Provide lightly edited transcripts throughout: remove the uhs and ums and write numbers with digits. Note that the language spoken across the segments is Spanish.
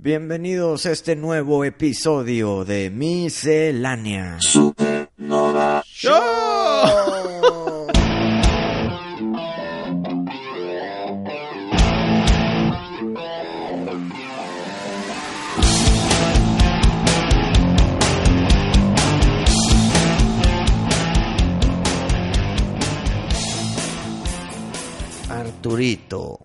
Bienvenidos a este nuevo episodio de Miscelánea Supernova Show. Arturito,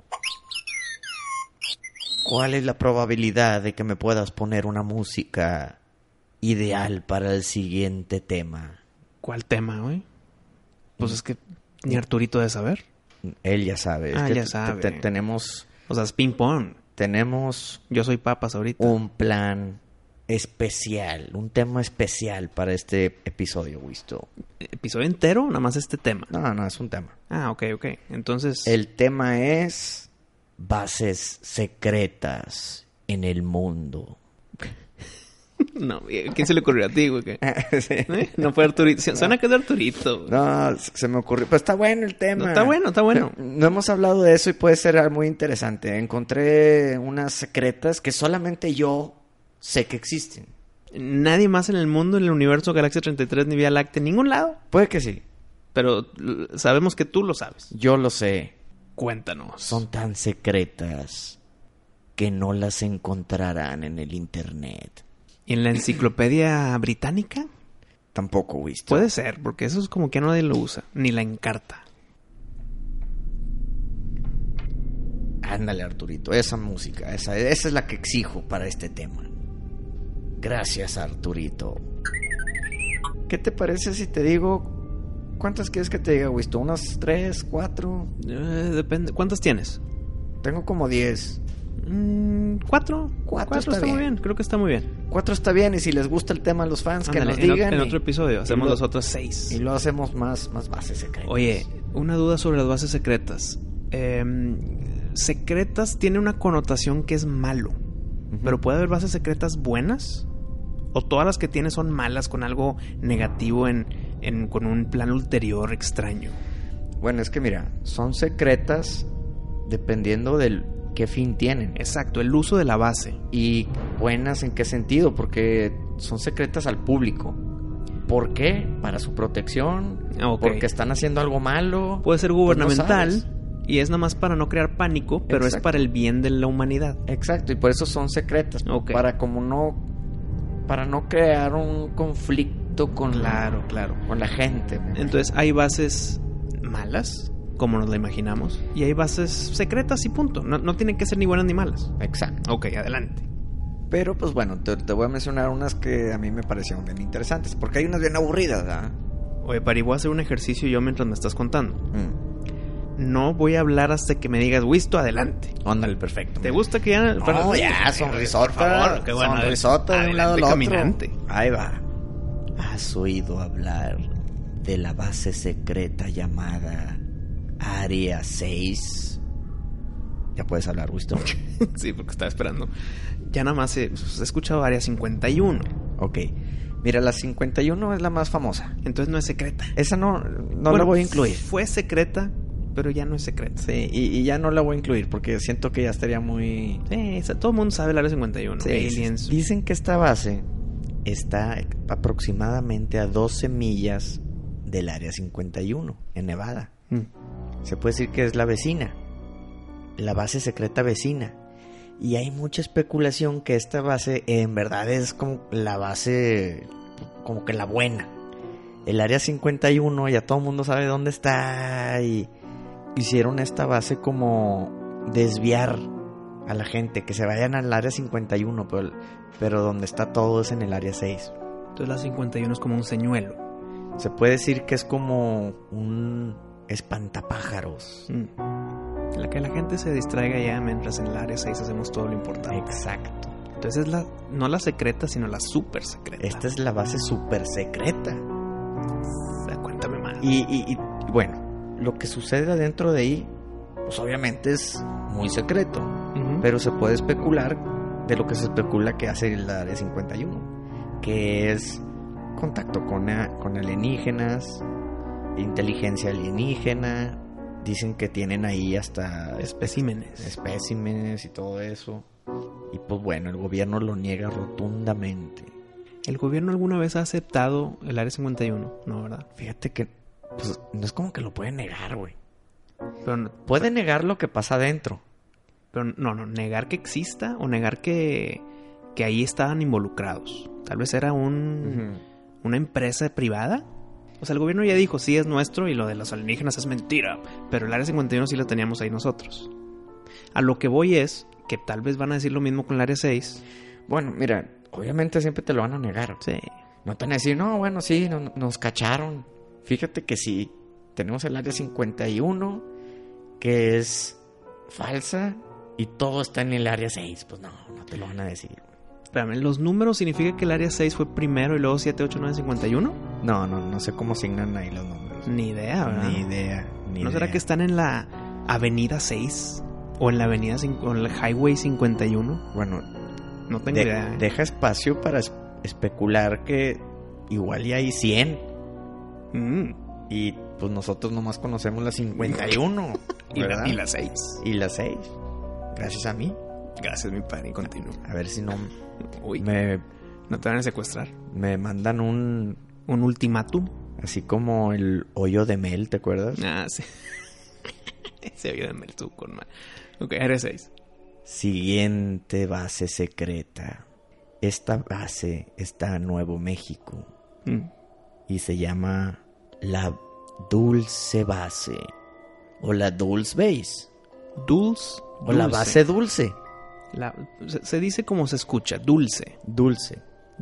¿cuál es la probabilidad de que me puedas poner una música ideal para el siguiente tema? ¿Cuál tema, güey? Pues es que ni Arturito debe saber. Él ya sabe. Ah, es que ya sabe. Tenemos O sea, es ping-pong. Yo soy papas ahorita. un plan especial, un tema especial para este episodio, Wisto. ¿Episodio entero o nada más este tema? No, es un tema. Ah, ok. Entonces... El tema es bases secretas en el mundo. No, ¿quién se le ocurrió a ti, güey? Sí. No fue Arturito. Suena que es de Arturito. No, se me ocurrió. Pero está bueno el tema. No, está bueno. No hemos hablado de eso y puede ser muy interesante. Encontré unas secretas que solamente yo sé que existen. Nadie más en el mundo, en el universo, Galaxia 33, ni Vía Láctea, en ningún lado. Puede que sí. Pero sabemos que tú lo sabes. Yo lo sé. Cuéntanos. Son tan secretas que no las encontrarán en el internet. ¿Y en la enciclopedia británica? Tampoco, Wisto. Puede ser, porque eso es como que nadie lo usa. Ni la encarta. Ándale, Arturito. Esa música, esa es la que exijo para este tema. Gracias, Arturito. ¿Qué te parece si te digo... ¿Cuántas quieres que te diga, Wisto? ¿Unas 3, 4? Depende. ¿Cuántas tienes? Tengo como 10. 4. 4 está muy bien. Creo que está muy bien. 4 está bien, y si les gusta el tema a los fans, Ándale, que nos digan. En otro episodio hacemos los otros 6. Y lo hacemos más bases secretas. Oye, una duda sobre las bases secretas. Secretas tiene una connotación que es malo. Pero ¿puede haber bases secretas buenas? ¿O todas las que tiene son malas con algo negativo con un plan ulterior extraño? Bueno, es que mira, son secretas dependiendo del qué fin tienen. Exacto, el uso de la base. Y buenas en qué sentido, porque son secretas al público. ¿Por qué? Para su protección, porque están haciendo algo malo. Puede ser gubernamental, pues no y es nada más para no crear pánico, pero Exacto. es para el bien de la humanidad. Exacto, y por eso son secretas. Para no crear un conflicto con Claro. con la gente. Entonces hay bases malas, como nos la imaginamos, y hay bases secretas y punto. No tienen que ser ni buenas ni malas. Exacto. Ok, adelante. Pero pues bueno, te voy a mencionar unas que a mí me parecieron bien interesantes, porque hay unas bien aburridas, ¿verdad? Oye, Pari, voy a hacer un ejercicio yo mientras me estás contando. No voy a hablar hasta que me digas, Wisto, adelante. Ándale, perfecto. ¿Te gusta que ya...? No, ya, sonrisota. Por favor, qué bueno. Sonrisota de un lado al otro. Caminante. Ahí va. ¿Has oído hablar de la base secreta llamada Área 6? Ya puedes hablar, Wisto. Sí, porque estaba esperando. Ya nada más he escuchado Área 51. Ok. Mira, la 51 es la más famosa. Entonces no es secreta. Esa no Bueno, la voy a incluir. Fue secreta, pero ya no es secreta. Sí, y ya no la voy a incluir porque siento que ya estaría muy... Sí, todo el mundo sabe el Área 51. Sí, Aliens. dicen que esta base está aproximadamente a 12 millas del Área 51 en Nevada. Se puede decir que es la vecina, la base secreta vecina. Y hay mucha especulación que esta base en verdad es como la base, como que la buena. El Área 51 ya todo el mundo sabe dónde está, y hicieron esta base como desviar a la gente, que se vayan al Área 51, pero donde está todo es en el Área 6. Entonces la 51 es como un señuelo. Se puede decir que es como un espantapájaros. La que la gente se distraiga ya mientras en el Área 6 hacemos todo lo importante. Exacto. Entonces es no la secreta, sino la super secreta. Esta es la base super secreta. Cuéntame más. Y bueno, lo que sucede adentro de ahí, pues obviamente es muy secreto. Pero se puede especular de lo que se especula que hace el Área 51, que es contacto con alienígenas, inteligencia alienígena. Dicen que tienen ahí hasta especímenes y todo eso. Y pues bueno, el gobierno lo niega rotundamente. ¿El gobierno alguna vez ha aceptado el Área 51? No, ¿verdad? Fíjate que pues, no es como que lo puede negar, güey. Pero no, Puede negar lo que pasa adentro. pero no, negar que exista o negar que ahí estaban involucrados. Tal vez era una empresa privada. O sea, el gobierno ya dijo, sí es nuestro y lo de los alienígenas es mentira. Pero el Área 51 sí lo teníamos ahí nosotros. A lo que voy es que tal vez van a decir lo mismo con el Área 6. Bueno, mira, obviamente siempre te lo van a negar. Sí. No te van a decir, no, bueno, sí, nos cacharon. Fíjate que sí, tenemos el Área 51, que es falsa, y todo está en el Área 6. Pues no te lo van a decir. Espérame, ¿los números significa que el Área 6 fue primero y luego 7, 8, 9, 51? No sé cómo asignan ahí los números. Ni idea, ¿verdad? Ni idea. ¿No será que están en la Avenida 6? ¿O en la Avenida o en el Highway 51? Bueno, no tengo idea. Deja espacio para especular que igual ya hay 100. Y pues nosotros nomás conocemos la 51. y la 6. Y la 6. Gracias a mí. Gracias, mi padre. Continúo. A ver si no... Uy, no te van a secuestrar. Me mandan un ultimátum. Así como el hoyo de Mel, ¿te acuerdas? Ah, sí. Ese hoyo de Mel estuvo con mal. Ok, Área 6. Siguiente base secreta. Esta base está en Nuevo México. Y se llama la Dulce Base. O la Dulce Base. Dulce. O la base dulce. Se dice como se escucha. Dulce. Dulce.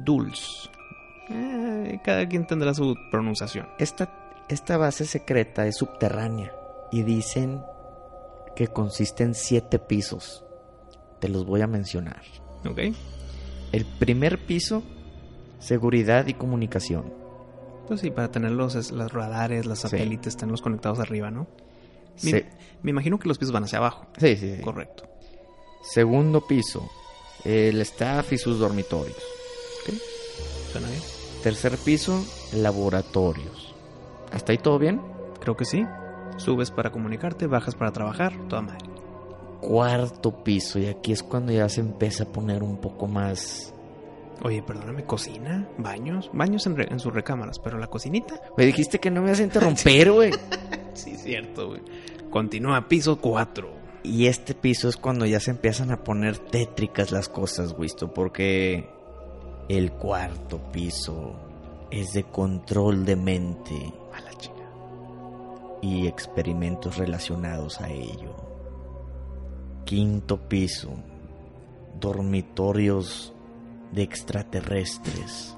Cada quien tendrá su pronunciación. Esta base secreta es subterránea. Y dicen que consiste en 7 pisos. Te los voy a mencionar. Ok. El primer piso, seguridad y comunicación. Pues sí, para tener los radares, los satélites, tenerlos conectados arriba, ¿no? Sí. Me imagino que los pisos van hacia abajo. Sí. Correcto. Segundo piso, el staff y sus dormitorios. Ok. Suena bien. Tercer piso, laboratorios. ¿Hasta ahí todo bien? Creo que sí. Subes para comunicarte, bajas para trabajar, toda madre. Cuarto piso, y aquí es cuando ya se empieza a poner un poco más... Oye, perdóname, ¿cocina? ¿Baños? Baños en sus recámaras, pero la cocinita... Me dijiste que no me vas a interromper, güey. Sí, cierto, güey. Continúa, piso 4. Y este piso es cuando ya se empiezan a poner tétricas las cosas, Wisto, porque el cuarto piso es de control de mente. A la chica. Y experimentos relacionados a ello. Quinto piso, dormitorios de extraterrestres.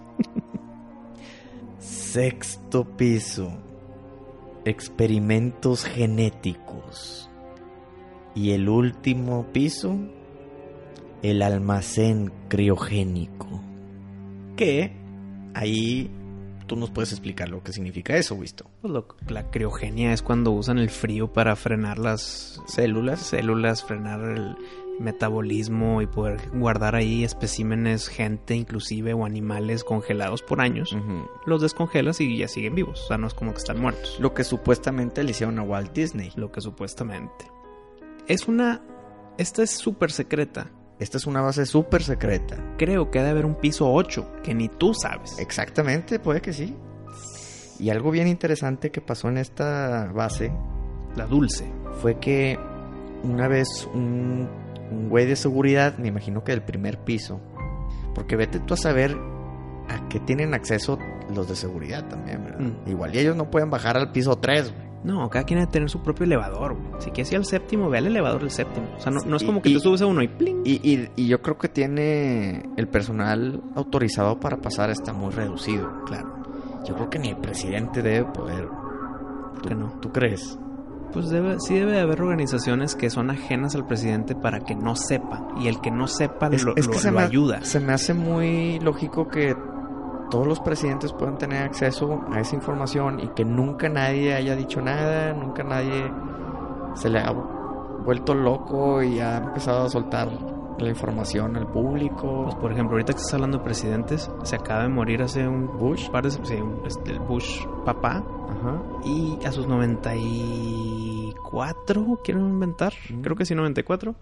Sexto piso, experimentos genéticos. Y el último piso, el almacén criogénico. Que ahí tú nos puedes explicar lo que significa eso, Wisto. Pues la criogenia es cuando usan el frío para frenar las células, frenar el metabolismo y poder guardar ahí especímenes, gente inclusive o animales congelados por años. Los descongelas y ya siguen vivos. O sea, no es como que están muertos. Lo que supuestamente le hicieron a Walt Disney. Lo que supuestamente. Esta es súper secreta. Esta es una base súper secreta. Creo que ha de haber un piso 8 que ni tú sabes. Exactamente, puede que sí. Y algo bien interesante que pasó en esta base, la Dulce, fue que una vez un güey de seguridad, me imagino que del primer piso, porque vete tú a saber a qué tienen acceso los de seguridad también, ¿verdad? Igual y ellos no pueden bajar al piso 3, güey. No, cada quien debe tener su propio elevador, güey. Si quieres ir al séptimo, ve al elevador del séptimo. O sea, no es como que te subes a uno y ¡pling! Y yo creo que tiene el personal autorizado para pasar está muy reducido. Claro. Yo creo que ni el presidente debe poder. ¿Por qué no? ¿Tú crees? Pues sí debe de haber organizaciones que son ajenas al presidente para que no sepa. Y el que no sepa lo ayuda. Se me hace muy lógico que todos los presidentes puedan tener acceso a esa información y que nunca nadie haya dicho nada, nunca nadie se le ha vuelto loco y ha empezado a soltar la información al público. Pues por ejemplo, ahorita que estás hablando de presidentes, se acaba de morir hace un Bush, el Bush papá. Ajá. Y a sus 94, quiero inventar, creo que sí, 94,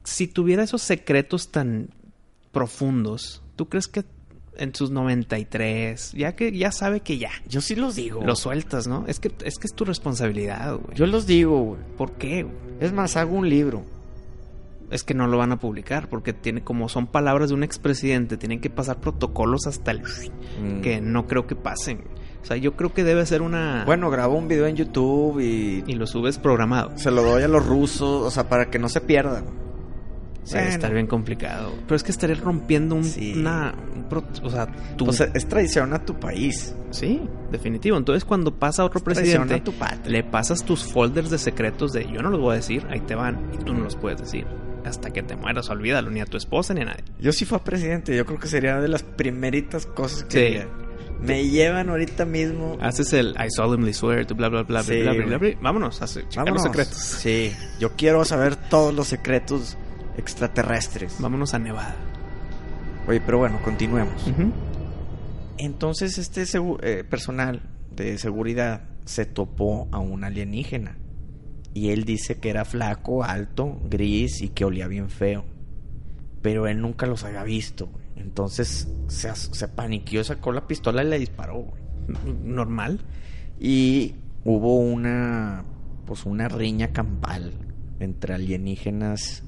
si tuviera esos secretos tan profundos, ¿tú crees que en sus 93, ya que ya sabe que ya? Yo sí los digo. Lo sueltas, ¿no? Es que es tu responsabilidad, güey. Yo los digo, güey. ¿Por qué, güey? Es más, hago un libro. Es que no lo van a publicar porque como son palabras de un expresidente, tienen que pasar protocolos hasta el que no creo que pasen. O sea, yo creo que debe ser una... Bueno, grabo un video en YouTube y lo subes programado. Se lo doy a los rusos, o sea, para que no se pierdan. Sí, bueno. Está bien complicado. Pero es que estarías rompiendo o sea, pues es traición a tu país. Sí, definitivo. Entonces, cuando pasa otro presidente, a tu le pasas tus folders de secretos de yo no los voy a decir, ahí te van, y tú no los puedes decir. Hasta que te mueras, olvídalo, ni a tu esposa ni a nadie. Yo sí fui presidente, yo creo que sería de las primeritas cosas que me llevan ahorita mismo. Haces el I solemnly swear to bla bla bla bla bla bla bla. Vámonos a checar los secretos. Sí, yo quiero saber todos los secretos extraterrestres. Vámonos a Nevada. Oye, pero bueno, continuemos. Entonces este personal de seguridad se topó a un alienígena. Y él dice que era flaco, alto, gris y que olía bien feo. Pero él nunca los había visto, güey. Entonces se paniqueó, sacó la pistola y le disparó, güey. Normal. Y hubo una riña campal entre alienígenas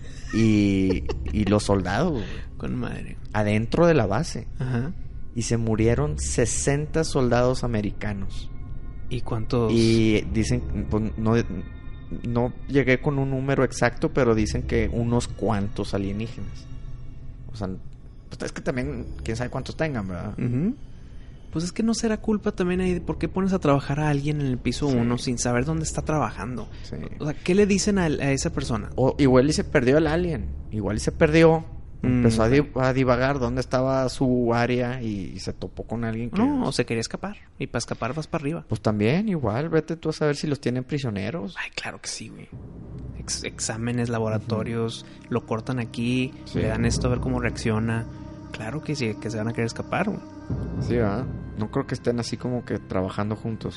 y los soldados, güey. Con madre. Adentro de la base. Ajá. Y se murieron 60 soldados americanos. ¿Y cuántos? Y dicen, pues no llegué con un número exacto, pero dicen que unos cuantos alienígenas. O sea, pues es que también, quién sabe cuántos tengan, ¿verdad? Pues es que no será culpa también ahí de por qué pones a trabajar a alguien en el piso 1 sin saber dónde está trabajando. Sí. O sea, ¿qué le dicen a esa persona? O igual y se perdió el alien, igual y se perdió. Empezó a divagar dónde estaba su área y se topó con alguien que... No, o se quería escapar. Y para escapar vas para arriba. Pues también, igual, vete tú a saber si los tienen prisioneros. Ay, claro que sí, güey. Exámenes, laboratorios, lo cortan aquí, le dan esto a ver cómo reacciona. Claro que sí, que se van a querer escapar, güey. Sí, ¿verdad? No creo que estén así como que trabajando juntos.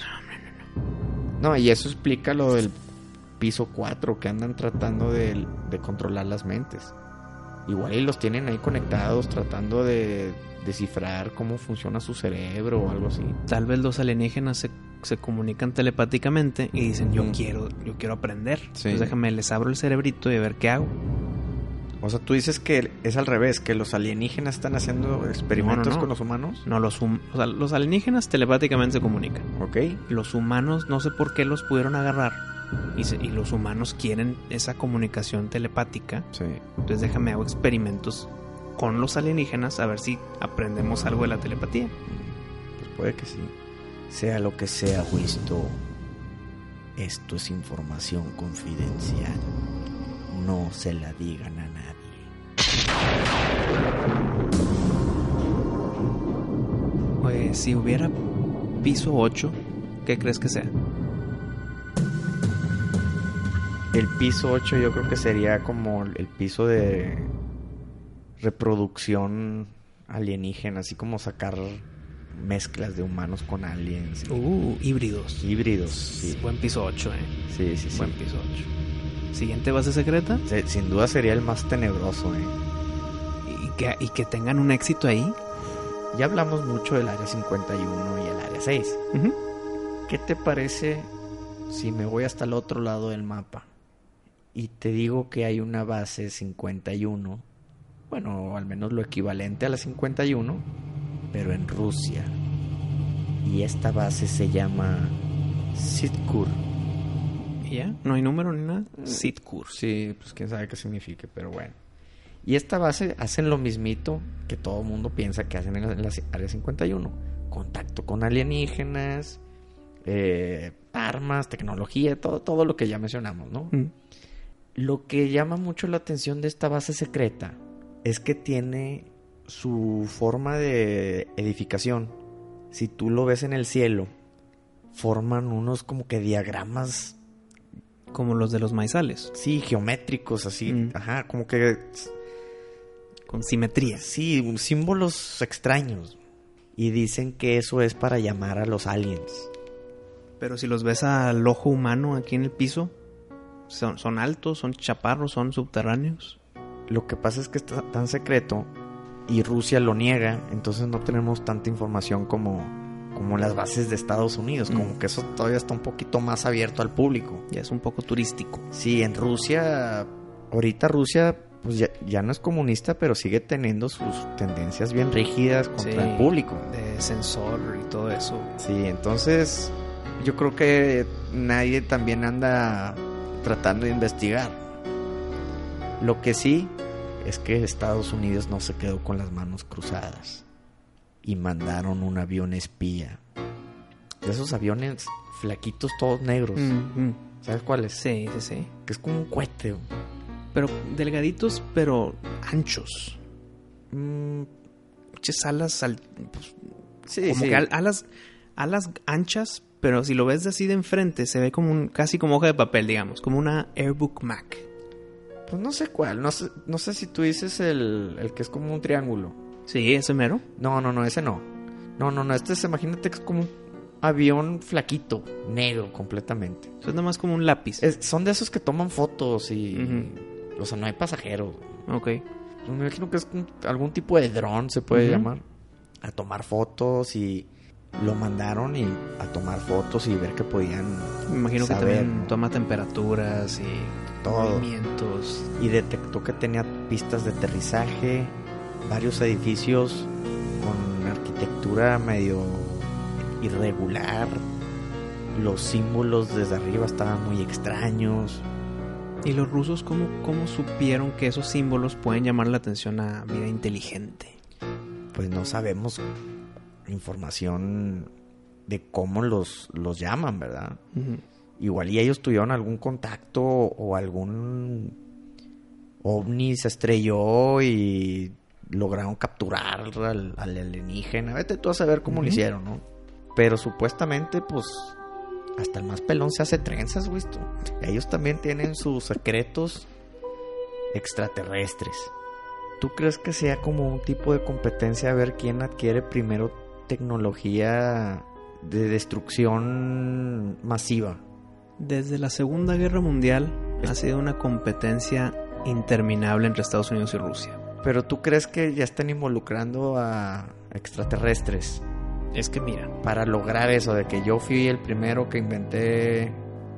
No, y eso explica lo del piso 4, que andan tratando de controlar las mentes. Igual y los tienen ahí conectados tratando de descifrar cómo funciona su cerebro o algo así. Tal vez los alienígenas se comunican telepáticamente y dicen yo quiero aprender. Sí. Entonces déjame, les abro el cerebrito y a ver qué hago. O sea, tú dices que es al revés, que los alienígenas están haciendo experimentos con los humanos. No, los alienígenas telepáticamente se comunican. Ok. Los humanos no sé por qué los pudieron agarrar. Y los humanos quieren esa comunicación telepática. Sí. Entonces déjame hago experimentos con los alienígenas a ver si aprendemos algo de la telepatía. Pues puede que sí. Sea lo que sea, Wisto, esto es información confidencial. No se la digan a nadie. Pues si hubiera piso 8, ¿qué crees que sea? El piso 8 yo creo que sería como el piso de reproducción alienígena, así como sacar mezclas de humanos con aliens. Híbridos. Híbridos, sí. Buen piso 8, Sí. Buen piso 8. ¿Siguiente base secreta? Sin duda sería el más tenebroso, ¿Y que tengan un éxito ahí? Ya hablamos mucho del área 51 y el área 6. ¿Qué te parece si me voy hasta el otro lado del mapa y te digo que hay una base 51, bueno, al menos lo equivalente a la 51, pero en Rusia, y esta base se llama Sitkur? ¿Y ya? ¿No hay número ni nada? Sitkur. Sí, pues quién sabe qué signifique, pero bueno. Y esta base hacen lo mismito que todo el mundo piensa que hacen en la área 51. Contacto con alienígenas, armas, tecnología, todo lo que ya mencionamos, ¿no? Lo que llama mucho la atención de esta base secreta es que tiene su forma de edificación. Si tú lo ves en el cielo, forman unos como que diagramas. Como los de los maizales. Sí, geométricos, así. Ajá, como que... Con simetría. Sí, símbolos extraños. Y dicen que eso es para llamar a los aliens. Pero si los ves al ojo humano aquí en el piso, ¿Son altos? ¿Son chaparros? ¿Son subterráneos? Lo que pasa es que está tan secreto y Rusia lo niega, entonces no tenemos tanta información como las bases de Estados Unidos, como que eso todavía está un poquito más abierto al público. Ya es un poco turístico. Sí, en Rusia, ahorita Rusia pues ya no es comunista, pero sigue teniendo sus tendencias bien rígidas contra el público. De censor y todo eso. Sí, entonces yo creo que nadie también anda tratando de investigar. Lo que sí es que Estados Unidos no se quedó con las manos cruzadas y mandaron un avión espía. De esos aviones flaquitos, todos negros. ¿Sabes cuáles? Sí. Que es como un cohete. Pero delgaditos, pero anchos. Muchas alas pues, como que alas anchas, pero si lo ves así de enfrente se ve como casi como hoja de papel, digamos, como una Airbook Mac. Pues no sé cuál, no sé si tú dices el que es como un triángulo. Sí, ese mero. No, ese no. No, este imagínate que es como un avión flaquito, negro completamente. Eso es nada más como un lápiz. Son de esos que toman fotos y... O sea, no hay pasajeros. Ok. Me imagino que es algún tipo de dron, se puede llamar. A tomar fotos y lo mandaron a tomar fotos y ver que podían Me imagino saber, que también ¿no? toma temperaturas y todo. movimientos. Y detectó que tenía pistas de aterrizaje, varios edificios con arquitectura medio irregular. Los símbolos desde arriba estaban muy extraños. ¿Y los rusos cómo supieron que esos símbolos pueden llamar la atención a vida inteligente? Pues no sabemos información de cómo los llaman, ¿verdad? Igual y ellos tuvieron algún contacto o algún ovni se estrelló y lograron capturar al alienígena. Vete tú a saber cómo lo hicieron, ¿no? Pero supuestamente, pues... Hasta el más pelón se hace trenzas, güey. Ellos también tienen sus secretos extraterrestres. ¿Tú crees que sea como un tipo de competencia a ver quién adquiere primero tecnología de destrucción masiva? Desde la Segunda Guerra Mundial ha sido una competencia interminable entre Estados Unidos y Rusia. ¿Pero tú crees que ya están involucrando a extraterrestres? Es que mira, para lograr eso de que yo fui el primero que inventé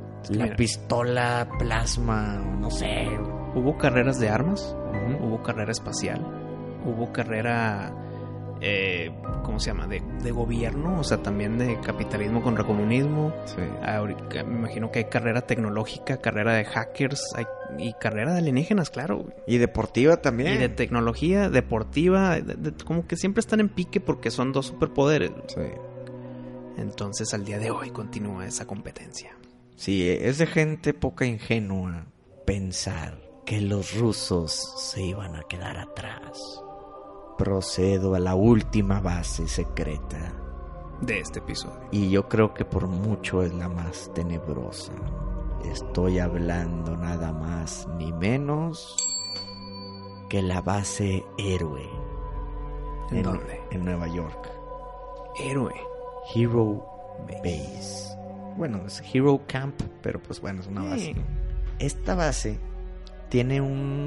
pistola plasma, no sé. Hubo carreras de armas, hubo carrera espacial, hubo carrera, ¿cómo se llama? De gobierno, o sea, también de capitalismo contra comunismo. Sí. Ahorita, me imagino que hay carrera tecnológica, carrera de hackers, y carrera de alienígenas, claro. Y deportiva también. Y de tecnología, deportiva, como que siempre están en pique porque son dos superpoderes. Sí. Entonces, al día de hoy continúa esa competencia. Sí, es de gente poca ingenua pensar que los rusos se iban a quedar atrás. Procedo a la última base secreta de este episodio. Y yo creo que por mucho es la más tenebrosa. Estoy hablando nada más ni menos que la base Héroe. ¿En dónde? En Nueva York. Héroe. Hero Base. Bueno, es Hero Camp, pero pues bueno, es una base. Esta base tiene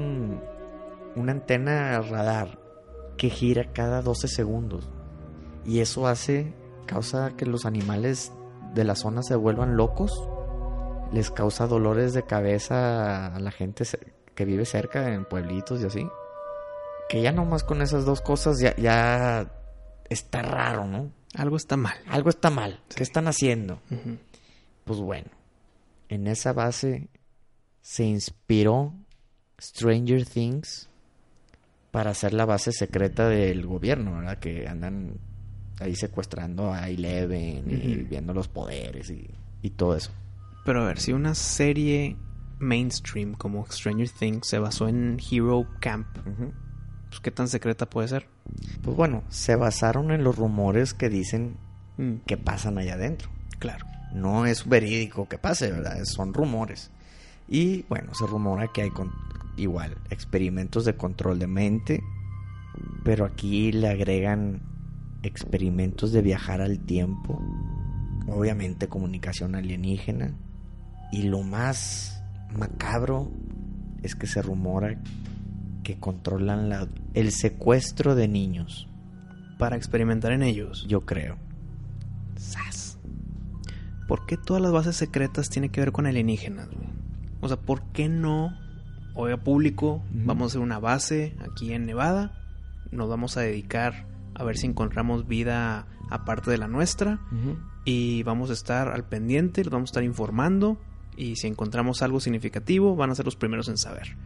una antena radar que gira cada 12 segundos. Y eso causa que los animales de la zona se vuelvan locos. Les causa dolores de cabeza a la gente que vive cerca, en pueblitos y así. Que ya nomás con esas dos cosas ya está raro, ¿no? Algo está mal. Algo está mal. Sí. ¿Qué están haciendo? Pues bueno, en esa base se inspiró Stranger Things para hacer la base secreta del gobierno, ¿verdad? Que andan ahí secuestrando a Eleven y viendo los poderes y todo eso. Pero a ver, si una serie mainstream como Stranger Things se basó en Hero Camp, pues ¿qué tan secreta puede ser? Pues bueno, se basaron en los rumores que dicen que pasan allá adentro. Claro. No es verídico que pase, ¿verdad? Son rumores. Y bueno, se rumora que hay igual experimentos de control de mente, pero aquí le agregan experimentos de viajar al tiempo, obviamente comunicación alienígena, y lo más macabro es que se rumora que controlan el secuestro de niños. Para experimentar en ellos. Yo creo. ¡Sas! ¿Por qué todas las bases secretas tienen que ver con alienígenas, güey? O sea, ¿por qué no? Oiga, público, vamos a hacer una base aquí en Nevada. Nos vamos a dedicar a ver si encontramos vida aparte de la nuestra. Y vamos a estar al pendiente, los vamos a estar informando. Y si encontramos algo significativo, van a ser los primeros en saber.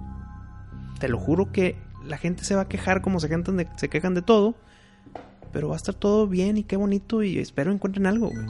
Te lo juro que la gente se va a quejar como se quejan de todo. Pero va a estar todo bien y qué bonito. Y espero encuentren algo, güey.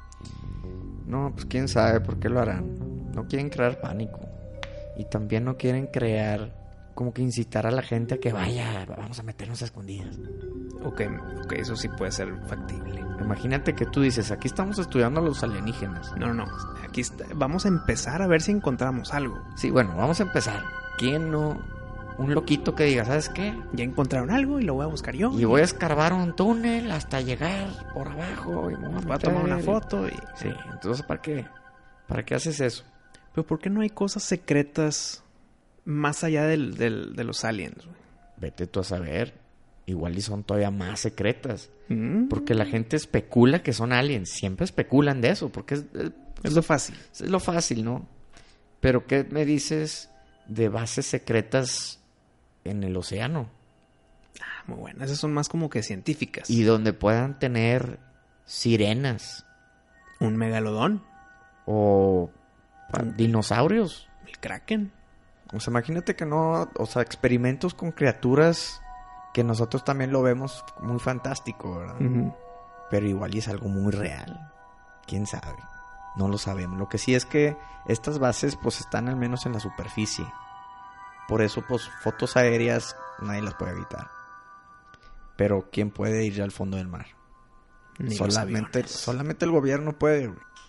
No, pues quién sabe por qué lo harán. No quieren crear pánico. Y también no quieren crear, como que incitar a la gente a que vaya, vamos a meternos a escondidas. Ok, eso sí puede ser factible. Imagínate que tú dices, aquí estamos estudiando a los alienígenas. No, aquí vamos a empezar a ver si encontramos algo. Sí, bueno, vamos a empezar. ¿Quién no? Un loquito que diga, ¿sabes qué? Ya encontraron algo y lo voy a buscar yo. Y voy a escarbar un túnel hasta llegar por abajo y me voy a tomar una foto. Sí, entonces ¿para qué? ¿Para qué haces eso? Pero ¿por qué no hay cosas secretas más allá de los aliens, güey? Vete tú a saber. Igual y son todavía más secretas. Porque la gente especula que son aliens. Siempre especulan de eso. Porque es lo fácil. Es lo fácil, ¿no? Pero ¿qué me dices de bases secretas en el océano? Muy bueno. Esas son más como que científicas. Y donde puedan tener sirenas. Un megalodón. O dinosaurios. El kraken. O sea, imagínate que no... O sea, experimentos con criaturas que nosotros también lo vemos muy fantástico, ¿verdad? Pero igual es algo muy real. ¿Quién sabe? No lo sabemos. Lo que sí es que estas bases pues están al menos en la superficie. Por eso pues fotos aéreas nadie las puede evitar. Pero ¿quién puede ir al fondo del mar? Solamente el gobierno puede.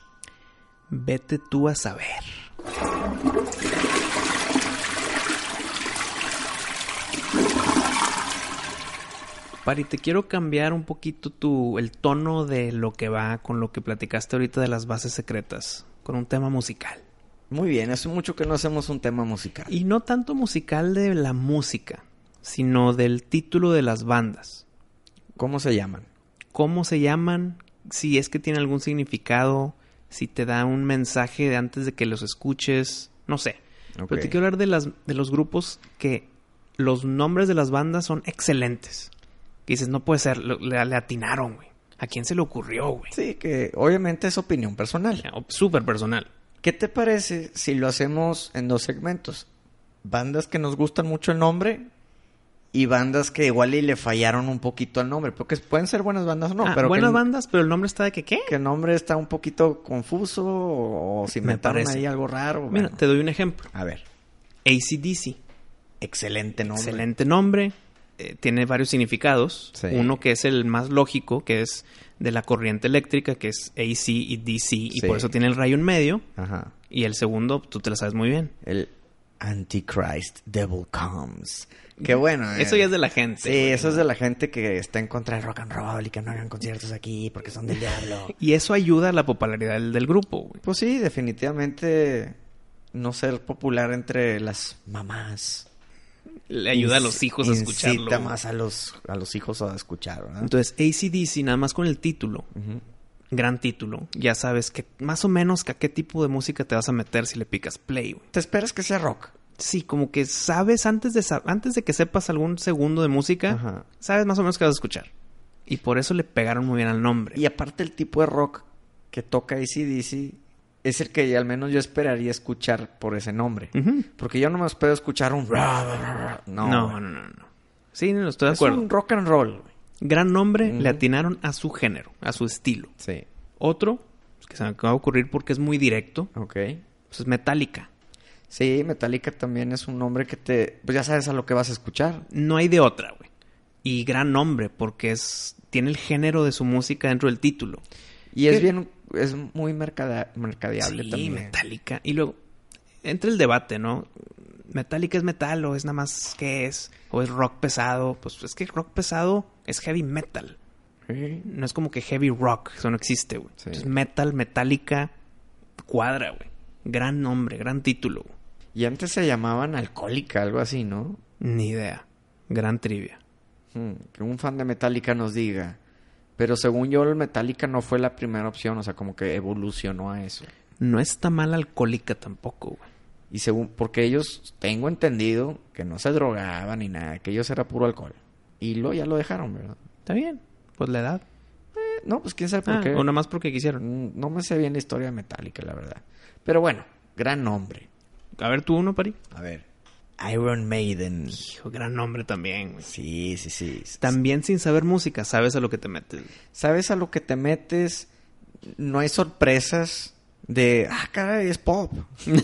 Vete tú a saber. Pari, te quiero cambiar un poquito el tono de lo que va con lo que platicaste ahorita de las bases secretas, con un tema musical. Muy bien, hace mucho que no hacemos un tema musical. Y no tanto musical de la música, sino del título de las bandas. ¿Cómo se llaman? ¿Cómo se llaman? Si es que tiene algún significado, si te da un mensaje de antes de que los escuches, no sé. Okay. Pero te quiero hablar de los grupos que los nombres de las bandas son excelentes. Que dices, no puede ser, le atinaron, güey. ¿A quién se le ocurrió, güey? Sí, que obviamente es opinión personal. Súper personal. ¿Qué te parece si lo hacemos en 2 segmentos? Bandas que nos gustan mucho el nombre y bandas que igual y le fallaron un poquito al nombre. Porque pueden ser buenas bandas o no. Pero buenas bandas, pero el nombre está de que ¿qué? Que el nombre está un poquito confuso o si inventaron ahí algo raro. Mira, te doy un ejemplo. A ver. AC/DC. Excelente nombre. Excelente nombre. Tiene varios significados. Sí. Uno que es el más lógico, que es de la corriente eléctrica, que es AC y DC, y por eso tiene el rayo en medio. Ajá. Y el segundo, tú te lo sabes muy bien. El Antichrist Devil Comes. Qué bueno. Eso ya es de la gente. Sí, eso es de la gente que está en contra del rock and roll y que no hagan conciertos aquí porque son del diablo. Y eso ayuda a la popularidad del grupo, güey. Pues sí, definitivamente no ser popular entre las mamás. Le ayuda a los hijos a escucharlo. Incita más a los hijos a escuchar, ¿verdad? Entonces, AC/DC, nada más con el título, gran título, ya sabes que más o menos a qué tipo de música te vas a meter si le picas play, güey. ¿Te esperas que sea rock? Sí, como que sabes, antes de que sepas algún segundo de música, sabes más o menos qué vas a escuchar. Y por eso le pegaron muy bien al nombre. Y aparte el tipo de rock que toca AC/DC es el que al menos yo esperaría escuchar por ese nombre. Porque yo no me puedo escuchar un... No. Sí, no estoy de acuerdo. Es un rock and roll. Gran nombre, le atinaron a su género, a su estilo. Sí. Otro, que se me acaba de ocurrir porque es muy directo, pues es Metallica. Sí, Metallica también es un nombre que pues ya sabes a lo que vas a escuchar. No hay de otra, güey. Y gran nombre porque tiene el género de su música dentro del título. Y es muy mercadeable también. Sí, Metallica. Y luego, entra el debate, ¿no? ¿Metallica es metal o es nada más qué es? ¿O es rock pesado? Pues es que rock pesado es heavy metal. No es como que heavy rock. Eso no existe, güey. Sí. Entonces, Metallica cuadra, güey. Gran nombre, gran título. Y antes se llamaban Alcohólica, algo así, ¿no? Ni idea. Gran trivia. Que un fan de Metallica nos diga. Pero según yo, el Metallica no fue la primera opción. O sea, como que evolucionó a eso. No está mal Alcohólica tampoco, güey. Y según... Porque ellos, tengo entendido, que no se drogaban ni nada. Que ellos era puro alcohol. Y luego ya lo dejaron, ¿verdad? Está bien. Pues la edad. No, pues quién sabe por qué. O nada más porque quisieron. No me sé bien la historia de Metallica, la verdad. Pero bueno, gran nombre. A ver, tú uno, Pari. A ver. Iron Maiden. Hijo, gran nombre también, güey. Sí. También sin saber música, sabes a lo que te metes. Sabes a lo que te metes. No hay sorpresas de... caray, es pop.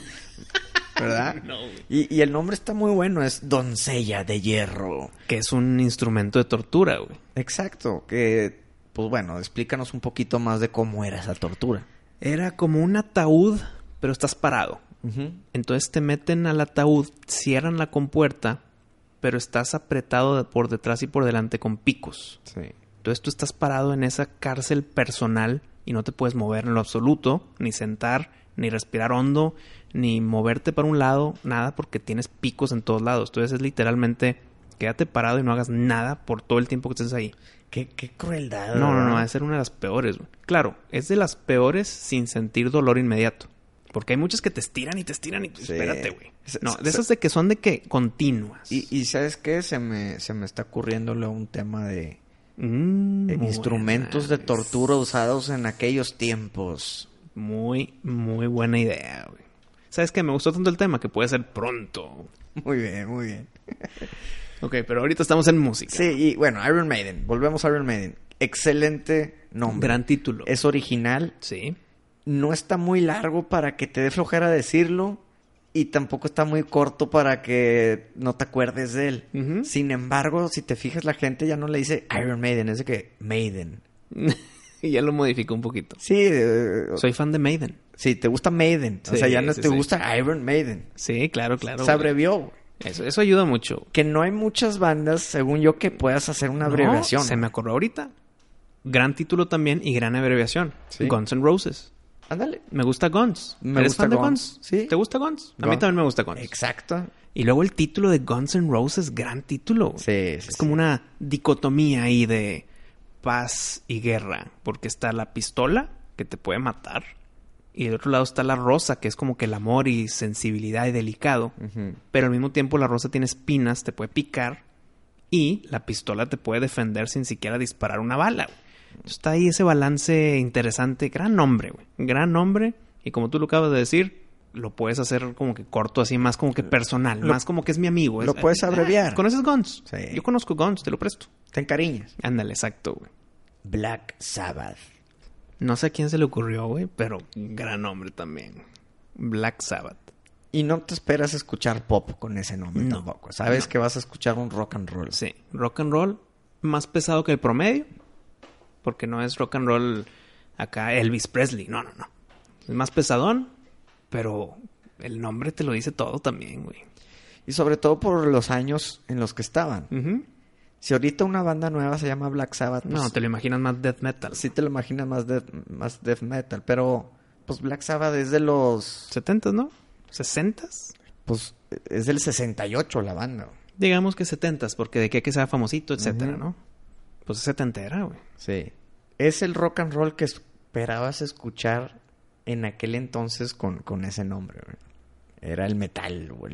¿Verdad? No, güey. Y el nombre está muy bueno. Es Doncella de Hierro. Que es un instrumento de tortura, güey. Exacto. Que, pues bueno, explícanos un poquito más de cómo era esa tortura. Era como un ataúd, pero estás parado. Uh-huh. Entonces te meten al ataúd, cierran la compuerta, pero estás apretado por detrás y por delante con picos. Sí. Entonces tú estás parado en esa cárcel personal y no te puedes mover en lo absoluto, ni sentar, ni respirar hondo, ni moverte para un lado, nada, porque tienes picos en todos lados. Entonces es literalmente, quédate parado y no hagas nada por todo el tiempo que estés ahí. Qué crueldad. No, va a ser una de las peores, güey. Claro, es de las peores sin sentir dolor inmediato. Porque hay muchas que te estiran y... Sí. Espérate, güey. No, de esas de que son de que continuas. Y ¿sabes qué? Se me está ocurriendo luego un tema de instrumentos de tortura usados en aquellos tiempos. Muy, muy buena idea, güey. ¿Sabes qué? Me gustó tanto el tema que puede ser pronto. Muy bien. Ok, pero ahorita estamos en música. Sí, y bueno, Iron Maiden. Volvemos a Iron Maiden. Excelente nombre. Gran título. Es original. Sí. No está muy largo para que te dé flojera decirlo. Y tampoco está muy corto para que no te acuerdes de él. Uh-huh. Sin embargo, si te fijas, la gente ya no le dice Iron Maiden. Es de que Maiden. Y ya lo modificó un poquito. Sí. Soy fan de Maiden. Sí, te gusta Maiden. Sí, o sea, ya no sí, te sí. gusta Iron Maiden. Sí, claro. Se abrevió. Eso ayuda mucho. Que no hay muchas bandas, según yo, que puedas hacer una abreviación. Se me acordó ahorita. Gran título también y gran abreviación. Sí. Guns N' Roses. Ándale. Me gusta Guns. Me ¿Eres gusta fan de Guns. Guns? Sí. ¿Te gusta Guns? A mí también me gusta Guns. Exacto. Y luego el título de Guns N' Roses, gran título. Sí. Es como una dicotomía ahí de paz y guerra. Porque está la pistola, que te puede matar. Y del otro lado está la rosa, que es como que el amor y sensibilidad y delicado. Uh-huh. Pero al mismo tiempo la rosa tiene espinas, te puede picar. Y la pistola te puede defender sin siquiera disparar una bala, güey. Entonces está ahí ese balance interesante. Gran nombre, güey. Gran nombre. Y como tú lo acabas de decir, lo puedes hacer como que corto, así, más como que personal. Más como que es mi amigo. Lo puedes abreviar. ¿Conoces Guns? Sí. Yo conozco Guns, te lo presto. Te encariñas. Ándale, exacto, güey. Black Sabbath. No sé a quién se le ocurrió, güey, pero gran nombre también. Black Sabbath. Y no te esperas escuchar pop con ese nombre No. tampoco. Sabes que vas a escuchar un rock and roll. Sí, rock and roll más pesado que el promedio. Porque no es rock and roll acá Elvis Presley. No. Es más pesadón, pero el nombre te lo dice todo también, güey. Y sobre todo por los años en los que estaban. Uh-huh. Si ahorita una banda nueva se llama Black Sabbath, pues, No, te lo imaginas más death metal. sí te lo imaginas más death metal. Pero, pues Black Sabbath es de los... 70s, ¿no? 60s. Pues es del 68 la banda. Digamos que 70s, porque de que sea famosito, etcétera, Uh-huh. ¿no? Pues es setentera, güey. Sí. Es el rock and roll que esperabas escuchar en aquel entonces con ese nombre, güey. Era el metal o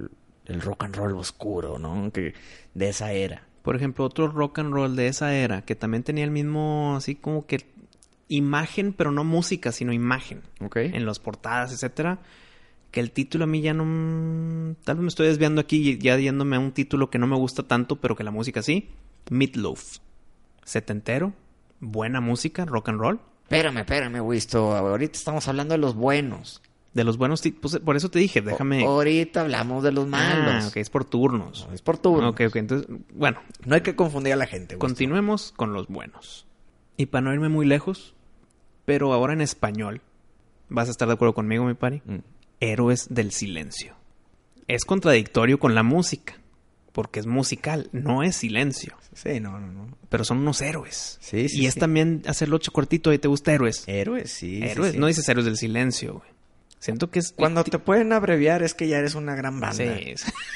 el rock and roll oscuro, ¿no? Que de esa era. Por ejemplo, otro rock and roll de esa era que también tenía el mismo, así como que imagen, pero no música, sino imagen. ¿Ok? En las portadas, etcétera. Que el título a mí ya no... Tal vez me estoy desviando aquí, ya yéndome a un título que no me gusta tanto, pero que la música sí. Meatloaf. Setentero. Buena música, rock and roll. Espérame, Wisto. Ahorita estamos hablando de los buenos. De los buenos... Pues, por eso te dije, déjame... Ahorita hablamos de los malos. Ah, ok, es por turnos. No, es por turno. Ok, entonces... Bueno, No hay que confundir a la gente, Wisto. continuemos con los buenos. Y para no irme muy lejos, pero ahora en español, ¿vas a estar de acuerdo conmigo, mi pari? Héroes del Silencio. Es contradictorio con la música, porque es musical, no es silencio. Sí, no. Pero son unos héroes. Sí, y es también hacerlo cortito y te gusta héroes. Héroes, sí. Héroes, sí. no dices héroes del silencio, güey. Siento que es... Cuando te pueden abreviar es que ya eres una gran banda. Sí.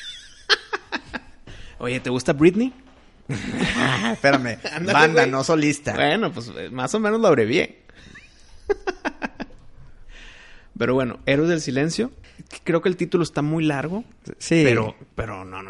Oye, ¿te gusta Britney? Espérame. Ándale, Banda, güey. no solista. Bueno, pues más o menos lo abrevié. Pero bueno, Héroes del Silencio. Creo que el título está muy largo. Sí. Pero no.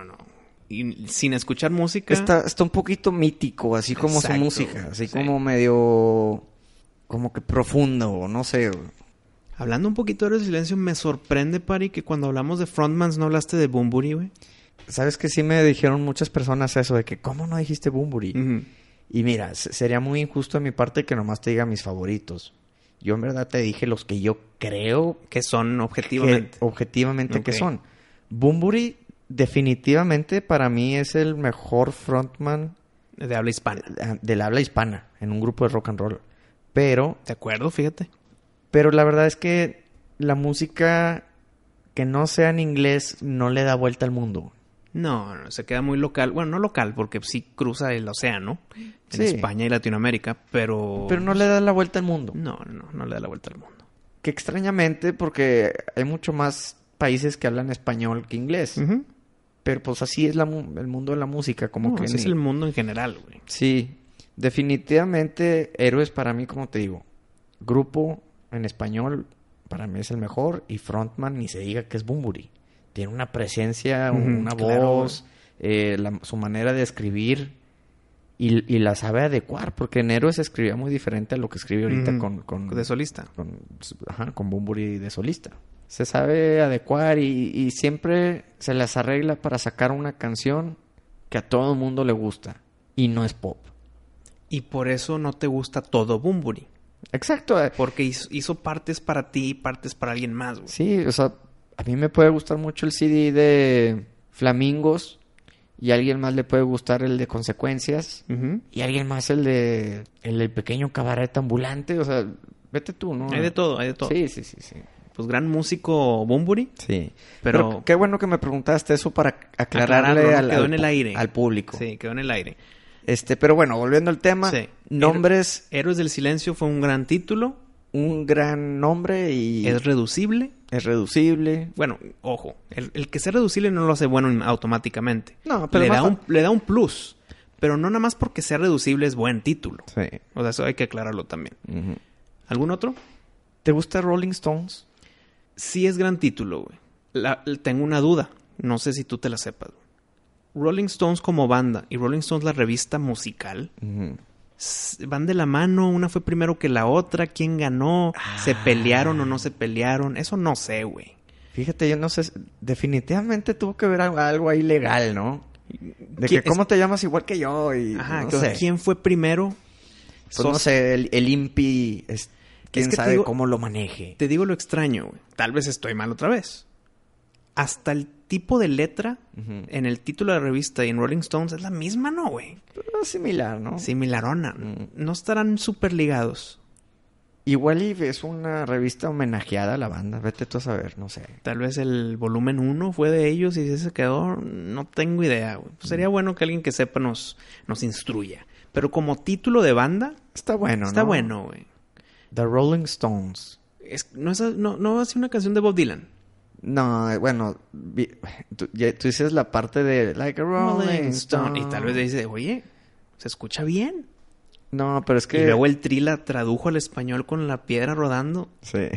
Y sin escuchar música... Está un poquito mítico, así como Exacto, su música. Así sí. como medio... Como que profundo, no sé. Hablando un poquito de Héroes del Silencio, me sorprende, Pari, que cuando hablamos de frontmans no hablaste de Bunbury, güey. ¿Sabes que sí me dijeron muchas personas eso? De que, ¿cómo no dijiste Bunbury? Uh-huh. Y mira, sería muy injusto de mi parte que nomás te diga mis favoritos. Yo en verdad te dije los que yo creo Que son objetivamente. objetivamente que Ok. son. Bunbury definitivamente para mí es el mejor frontman De habla hispana. del habla hispana en un grupo de rock and roll. Pero ¿De acuerdo? Fíjate. la verdad es que la música que no sea en inglés no le da vuelta al mundo. No, se queda muy local. Bueno, no local, porque sí cruza el océano. En Sí. España y Latinoamérica, pero... Pero no le da la vuelta al mundo. No le da la vuelta al mundo. Que extrañamente, porque hay mucho más países que hablan español que inglés. Uh-huh. Pero pues así es el mundo de la música. Como No, que ese es el mundo en general, güey. Sí, definitivamente Héroes para mí, como te digo, grupo en español para mí es el mejor. Y frontman, ni se diga que es Bunbury. Tiene una presencia, Ujú, una claro. voz, su manera de escribir y la sabe adecuar. Porque en Héroes escribía muy diferente a lo que escribe ahorita Ujú. con De solista. con Bunbury de solista. Se sabe adecuar y siempre se las arregla para sacar una canción que a todo el mundo le gusta. Y no es pop. Y por eso no te gusta todo Bunbury. Exacto. Porque hizo partes para ti y partes para alguien más, güey. Sí, o sea, a mí me puede gustar mucho el CD de Flamingos y a alguien más le puede gustar el de Consecuencias Uh-huh. y a alguien más el de Pequeño Cabaret Ambulante. O sea, vete tú, ¿no? Hay de todo. Sí. Pues gran músico Bunbury. Sí. Pero Pero qué bueno que me preguntaste eso para aclararle aclararlo, ¿no? Quedó en el aire. al público. Sí, quedó en el aire. Pero bueno, volviendo al tema, Sí. nombres, Héroes del Silencio fue un gran título. un gran nombre y Es reducible. es reducible. Bueno, ojo. El que sea reducible no lo hace bueno automáticamente. No, pero le da un plus. Pero no nada más porque sea reducible es buen título. Sí. O sea, eso hay que aclararlo también. Ujú. ¿Algún otro? ¿Te gusta Rolling Stones? Sí es gran título, güey. Tengo una duda. No sé si tú te la sepas. Rolling Stones como banda y Rolling Stones la revista musical Ujú. van de la mano. Una fue primero que la otra. ¿Quién ganó? ¿Se pelearon o no se pelearon? Eso no sé, güey. Fíjate, yo no sé, definitivamente tuvo que ver algo ahí legal, ¿no? De que ¿Quién- cómo te llamas igual que yo y Ajá, no que- sé. ¿quién fue primero? Pues no sé, el INPI, quién que te sabe digo- cómo lo maneje. Te digo lo extraño, güey. Tal vez estoy mal otra vez. Hasta el tipo de letra Ujú. en el título de la revista y en Rolling Stones es la misma, ¿no, güey? Pero similar, ¿no? Similarona. Mm. No estarán súper ligados. Igual y es una revista homenajeada a la banda. Vete tú a saber, no sé. Tal vez el volumen 1 fue de ellos y si se quedó, no tengo idea, güey. Pues sería bueno que alguien que sepa nos instruya. Pero como título de banda, Está bueno, está ¿no? bueno, güey. The Rolling Stones. No va a ser una canción de Bob Dylan. No, bueno, tú dices la parte de Like a Rolling Stone. Y tal vez dice, oye, se escucha bien. No, pero es que... Y luego el Tri la tradujo al español con la piedra rodando. Sí.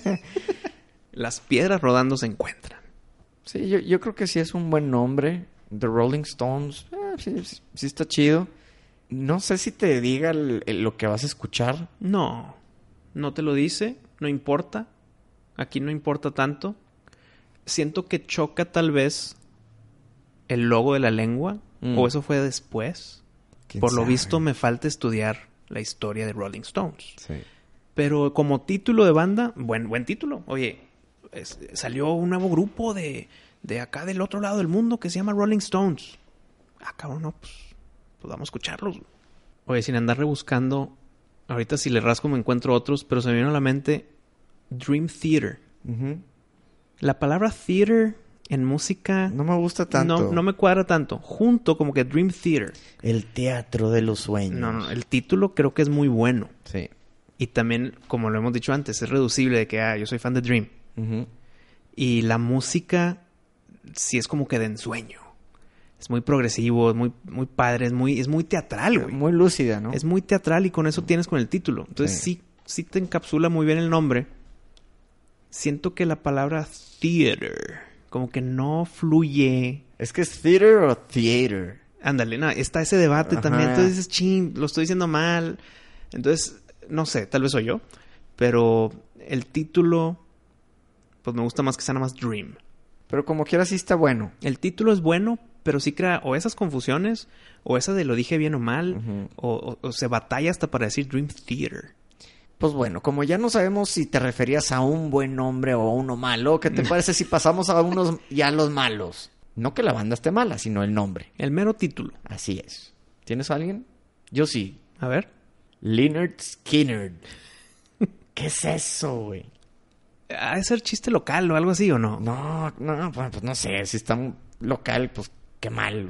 Las piedras rodando se encuentran. Sí, yo creo que sí es un buen nombre. The Rolling Stones. Sí está chido. No sé si te diga lo que vas a escuchar. No te lo dice, no importa. Aquí no importa tanto. Siento que choca tal vez el logo de la lengua. O eso fue después. Por lo visto me falta estudiar la historia de Rolling Stones. Sí. Pero como título de banda, buen título. Oye, salió un nuevo grupo de acá del otro lado del mundo que se llama Rolling Stones. Ah, cabrón, no, pues vamos a escucharlos. Oye, sin andar rebuscando, ahorita si le rasco me encuentro otros, pero se me vino a la mente Dream Theater. Ujú. La palabra theater en música No me gusta tanto. no me cuadra tanto. Junto como que Dream Theater. El teatro de los sueños. No, el título creo que es muy bueno. Sí. Y también, como lo hemos dicho antes, es reducible de que, yo soy fan de Dream. Uh-huh. Y la música sí es como que de ensueño. Es muy progresivo, es muy, muy padre, es muy teatral, güey. Muy lúcida, ¿no? Es muy teatral y con eso tienes con el título. Entonces sí te encapsula muy bien el nombre. Siento que la palabra theater como que no fluye. ¿Es que es theater o theater? Ándale, no, está ese debate también. Entonces dices, ching, lo estoy diciendo mal. Entonces, no sé, tal vez soy yo. Pero el título, pues me gusta más que sea nada más Dream. Pero como quiera sí está bueno. El título es bueno, pero sí crea o esas confusiones, o esa de lo dije bien o mal, o se batalla hasta para decir Dream Theater. Pues bueno, como ya no sabemos si te referías a un buen nombre o a uno malo, ¿qué te parece si pasamos a unos ya los malos? No que la banda esté mala, sino el nombre. El mero título. Así es. ¿Tienes a alguien? Yo sí. A ver. Lynyrd Skynyrd. ¿Qué es eso, güey? ¿Ha de ser chiste local o algo así o no? No, pues no sé. Si está local, pues qué mal.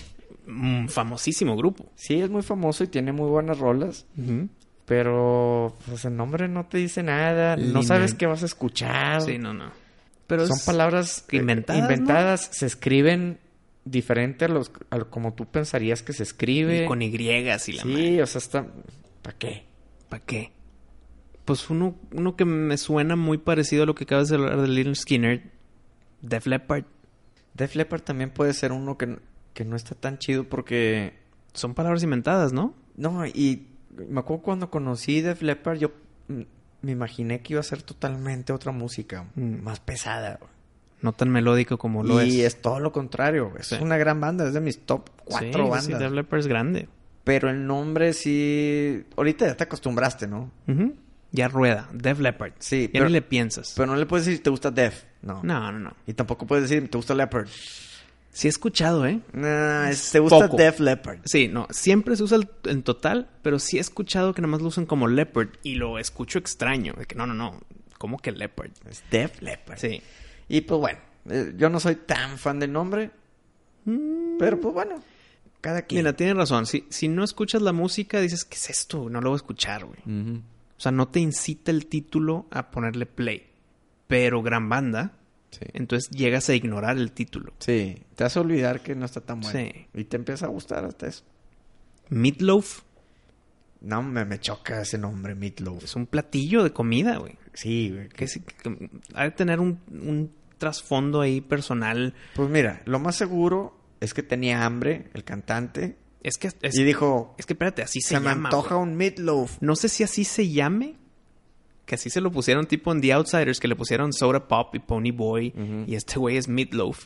Famosísimo grupo. Sí, es muy famoso y tiene muy buenas rolas. Uh-huh. Pero pues el nombre no te dice nada. No sabes qué vas a escuchar. Sí, no. Pero son palabras inventadas. ¿No? Se escriben diferente a como tú pensarías que se escribe. Y con Y y la sí, madre. O sea, está... ¿Para qué? ¿Para qué? Pues uno que me suena muy parecido a lo que acabas de hablar de Lynyrd Skynyrd. Def Leppard. Def Leppard también puede ser uno que no está tan chido porque... Son palabras inventadas, ¿no? No, y me acuerdo cuando conocí Def Leppard, yo me imaginé que iba a ser totalmente otra música. Más pesada. No tan melódico como lo es. Y es todo lo contrario. Es una gran banda. Es de mis top 4 bandas. Sí, Def Leppard es grande. Pero el nombre sí... Ahorita ya te acostumbraste, ¿no? Uh-huh. Ya rueda. Def Leppard. Sí. Ya ni le piensas. Pero no le puedes decir si te gusta Def. No. No. Y tampoco puedes decir te gusta Leppard. Sí he escuchado, ¿eh? Te gusta poco. Def Leppard. Sí, no. Siempre se usa en total, pero sí he escuchado que nada más lo usan como Leppard. Y lo escucho extraño. De que no. ¿Cómo que Leppard? Es Def Leppard. Sí. Y pues bueno, yo no soy tan fan del nombre. Pero pues bueno, cada quien. Mira, tienes razón. Si no escuchas la música, dices, ¿qué es esto? No lo voy a escuchar, güey. Uh-huh. O sea, no te incita el título a ponerle play. Pero gran banda... Sí. Entonces llegas a ignorar el título. Sí, te vas a olvidar que no está tan bueno. Sí. Y te empieza a gustar hasta eso. Meatloaf. No, me choca ese nombre, Meatloaf. Es un platillo de comida, güey. Sí, güey. Que ha de tener un trasfondo ahí personal. Pues mira, lo más seguro es que tenía hambre el cantante. Y dijo... Es que espérate, así se llama. Se me antoja un Meatloaf. No sé si así se llame. Que así se lo pusieron tipo en The Outsiders, que le pusieron Soda Pop y Pony Boy. Uh-huh. Y este güey es Meatloaf.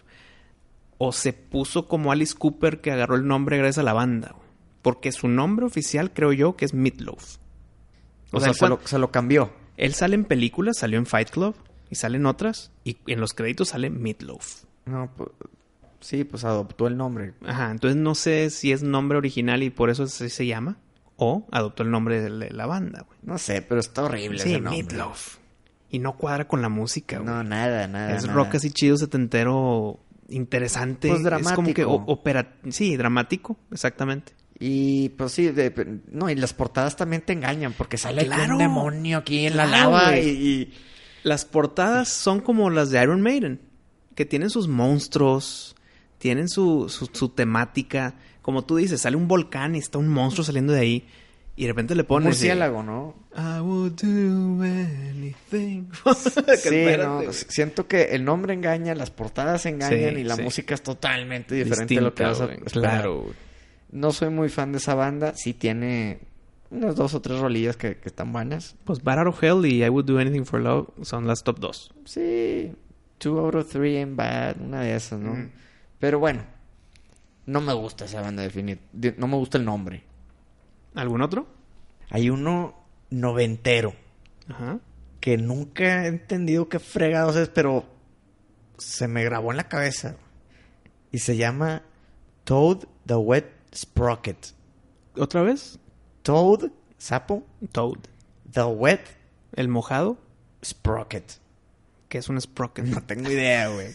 O se puso como Alice Cooper, que agarró el nombre gracias a la banda. Güey. Porque su nombre oficial creo yo que es Meatloaf. O sea, se lo cambió. Él sale en películas, salió en Fight Club y salen otras. Y en los créditos sale Meatloaf. No, pues... Sí, pues adoptó el nombre. Ajá, entonces no sé si es nombre original y por eso así se llama. O adoptó el nombre de la banda, güey. No sé, pero está horrible ese nombre. Meatloaf. Y no cuadra con la música, güey. No, nada. Es rock así chido, setentero, interesante. Pues dramático. Es como que sí, dramático, exactamente. Y pues sí, y las portadas también te engañan porque sale un demonio aquí en la lava y... Las portadas son como las de Iron Maiden, que tienen sus monstruos, tienen su temática. Como tú dices, sale un volcán y está un monstruo saliendo de ahí. Y de repente le ponen... Murciélago, ¿no? I will do anything. Sí, no, siento que el nombre engaña, las portadas engañan y la música es totalmente diferente de lo que vas a esperar. Claro. No soy muy fan de esa banda. Sí tiene unas 2 o 3 rolillas que están buenas. Pues Bad Out of Hell y I Would Do Anything for Love son las top 2. Sí. 2 out of 3 and Bad. Una de esas, ¿no? Pero bueno. No me gusta esa banda no me gusta el nombre. ¿Algún otro? Hay uno noventero. Ajá. Que nunca he entendido qué fregados es, pero se me grabó en la cabeza. Y se llama Toad the Wet Sprocket. ¿Otra vez? Toad, sapo. Toad. The Wet. El mojado. Sprocket. ¿Qué es un sprocket? No tengo idea, güey.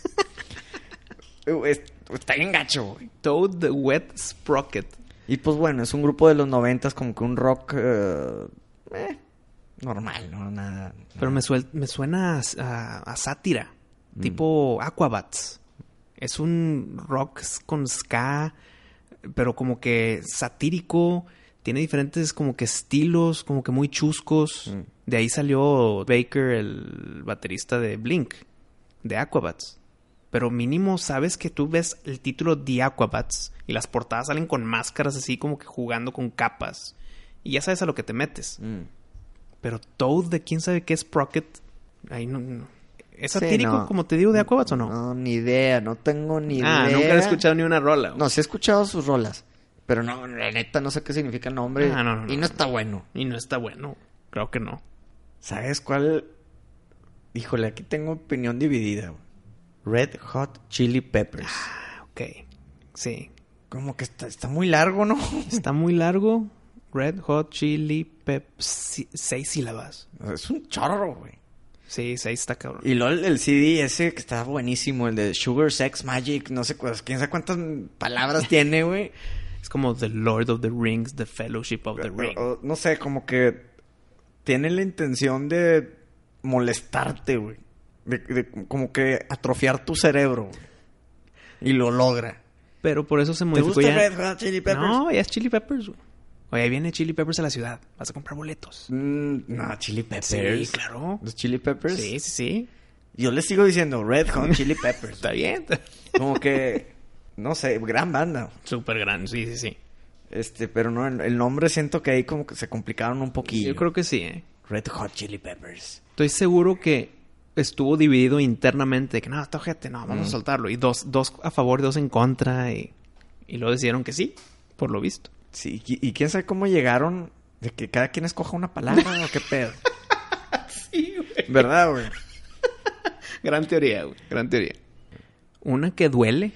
Está bien gacho, güey. Toad the Wet Sprocket. Y pues bueno, es un grupo de los 90s, como que un rock normal, no nada. Pero me suena a sátira, tipo Aquabats. Es un rock con ska, pero como que satírico. Tiene diferentes como que estilos, como que muy chuscos. De ahí salió Baker, el baterista de Blink, de Aquabats. Pero mínimo sabes que tú ves el título The Aquabats y las portadas salen con máscaras así como que jugando con capas. Y ya sabes a lo que te metes. Pero Toad de quién sabe qué es Sprocket, ahí no. ¿Es satírico, no. como te digo, de Aquabats o no? No, ni idea, no tengo ni idea. Nunca he escuchado ni una rola. No, sí he escuchado sus rolas. Pero no, la neta, no sé qué significa el nombre. No. Y no está bueno. Y no está bueno. Creo que no. ¿Sabes cuál? Híjole, aquí tengo opinión dividida. Red Hot Chili Peppers. Ok. Sí. Como que está muy largo, ¿no? Está muy largo. Red Hot Chili Peppers. 6 sílabas. Es un chorro, güey. Sí, 6 está cabrón. Y luego el CD ese que está buenísimo, el de Sugar Sex Magic, no sé quién sabe cuántas palabras tiene, güey. Es como The Lord of the Rings, The Fellowship of the Ring. No sé, como que tiene la intención de molestarte, güey. De como que atrofiar tu cerebro, güey. Y lo logra. Pero por eso se ¿Te modificó gusta ya. Red Hot Chili Peppers? No, ya es Chili Peppers, güey. Oye, ahí viene Chili Peppers a la ciudad. Vas a comprar boletos. No, Chili Peppers. Sí, claro. ¿Los Chili Peppers? Sí. Yo les sigo diciendo Red Hot Chili Peppers. Está bien. Como que, no sé, gran banda. Súper grande, sí. Pero no, el nombre siento que ahí como que se complicaron un poquillo. Yo creo que sí, ¿eh? Red Hot Chili Peppers. Estoy seguro que estuvo dividido internamente. Que no, está ojete, no, vamos a soltarlo. Y dos a favor, 2 en contra. Y luego decidieron que sí, por lo visto. Sí, y quién sabe cómo llegaron de que cada quien escoja una palabra o qué pedo. Sí, güey. ¿Verdad, güey? Gran teoría, güey. Gran teoría. Una que duele.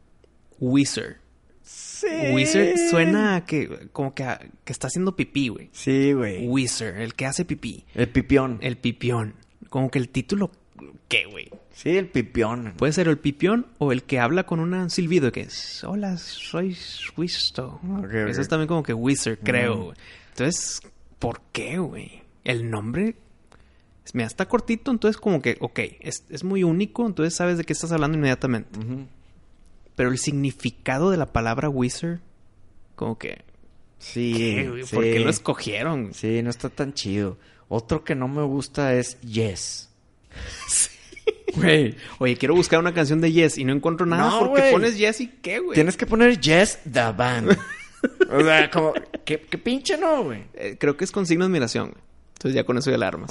Wizard. Sí. Wizard suena a que como que está haciendo pipí, güey. Sí, güey. Wizard, el que hace pipí. El pipión. El pipión. Como que el título... ¿Qué, güey? Sí, el pipión. Puede ser el pipión o el que habla con un silbido que es... Hola, soy Wisto. Okay. Eso es también como que Wizard, creo, güey. Entonces, ¿por qué, güey? El nombre... Mira, está cortito, entonces como que... Ok, es muy único, entonces sabes de qué estás hablando inmediatamente. Pero el significado de la palabra Wizard... Como que... Sí, ¿qué, güey? sí. ¿Por qué lo escogieron? Sí, no está tan chido. Otro que no me gusta es Yes. Sí. Güey. Oye, quiero buscar una canción de Yes y no encuentro nada No, porque güey. pones Yes y ¿qué, güey? Tienes que poner Yes the Band. O sea, como... ¿Qué pinche no, güey? Creo que es con signo de admiración, güey. Entonces ya con eso ya la armas.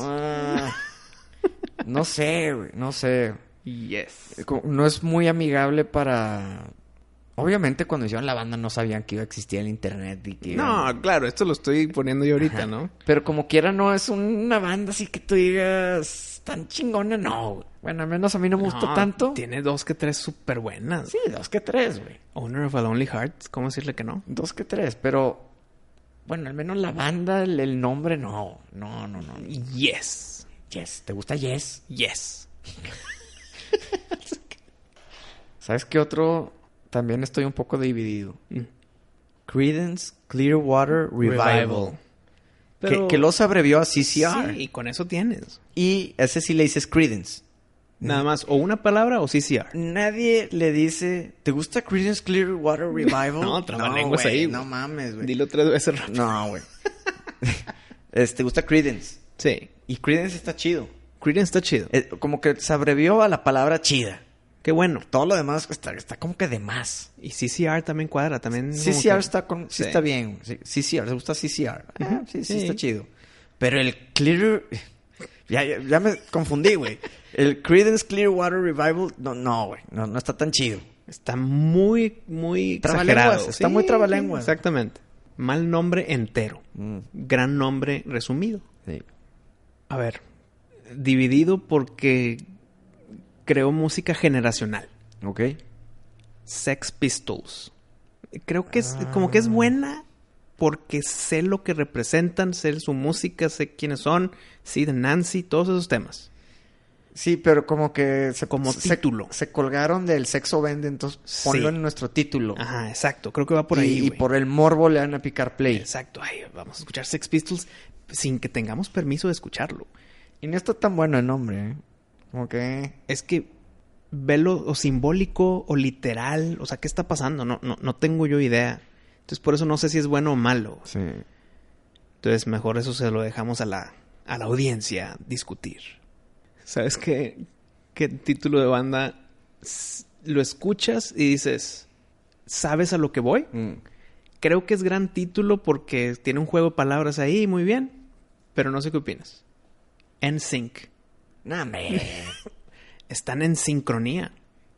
No sé, güey. No sé. Yes. No es muy amigable para... Obviamente cuando hicieron la banda no sabían que iba a existir el internet y que... No, claro, esto lo estoy poniendo yo ahorita, ¿no? Pero como quiera no es una banda así que tú digas... Tan chingona, no, güey. Bueno, al menos a mí no me gustó tanto. Tiene 2 que 3 súper buenas. Sí, 2 que 3, güey. Owner of a Lonely Heart, ¿cómo decirle que no? 2 que 3, pero... Bueno, al menos la banda, el nombre, no. No. Yes. Yes. ¿Te gusta Yes? Yes. ¿Sabes qué otro? También estoy un poco dividido. Creedence Clearwater Revival. Pero... Que los abrevió a CCR. Sí, y con eso tienes. Y ese sí le dices Creedence. Nada más, o una palabra o CCR. Nadie le dice, ¿te gusta Creedence Clearwater Revival? No, trabalenguas ahí, güey. No mames, güey. Dilo 3 veces rápido. No, güey. ¿Te gusta Creedence? Sí. Y Creedence está chido. Creedence está chido. Como que se abrevió a la palabra chida. Qué bueno. Todo lo demás está como que de más. Y CCR también cuadra, también... CCR está bien. Sí, CCR, ¿te gusta CCR? Sí, está chido. Pero el Clear... Ya me confundí, güey. El Creedence Clearwater Revival, no, güey. No está tan chido. Está muy exagerado. Está muy trabalenguas. Exactamente. Mal nombre entero. Gran nombre resumido. Sí. A ver. Dividido porque creó música generacional. Ok. Sex Pistols. Creo que es como que es buena porque sé lo que representan, sé su música, sé quiénes son, Sid and Nancy, todos esos temas. Sí, pero como que título. Se colgaron del sexo vende, entonces ponlo en nuestro título. Ajá, exacto. Creo que va por ahí, Y por el morbo le van a picar play. Exacto. Ay, vamos a escuchar Sex Pistols. sin que tengamos permiso de escucharlo. Y no está tan bueno el nombre, ¿eh? Como que... Es que velo o simbólico o literal. O sea, ¿qué está pasando? No tengo yo idea. Entonces, por eso no sé si es bueno o malo. Sí. Entonces, mejor eso se lo dejamos a la audiencia discutir. ¿Sabes qué título de banda lo escuchas y dices, ¿sabes a lo que voy? Creo que es gran título porque tiene un juego de palabras ahí, muy bien. Pero no sé qué opinas. NSYNC. No, me. Están en sincronía.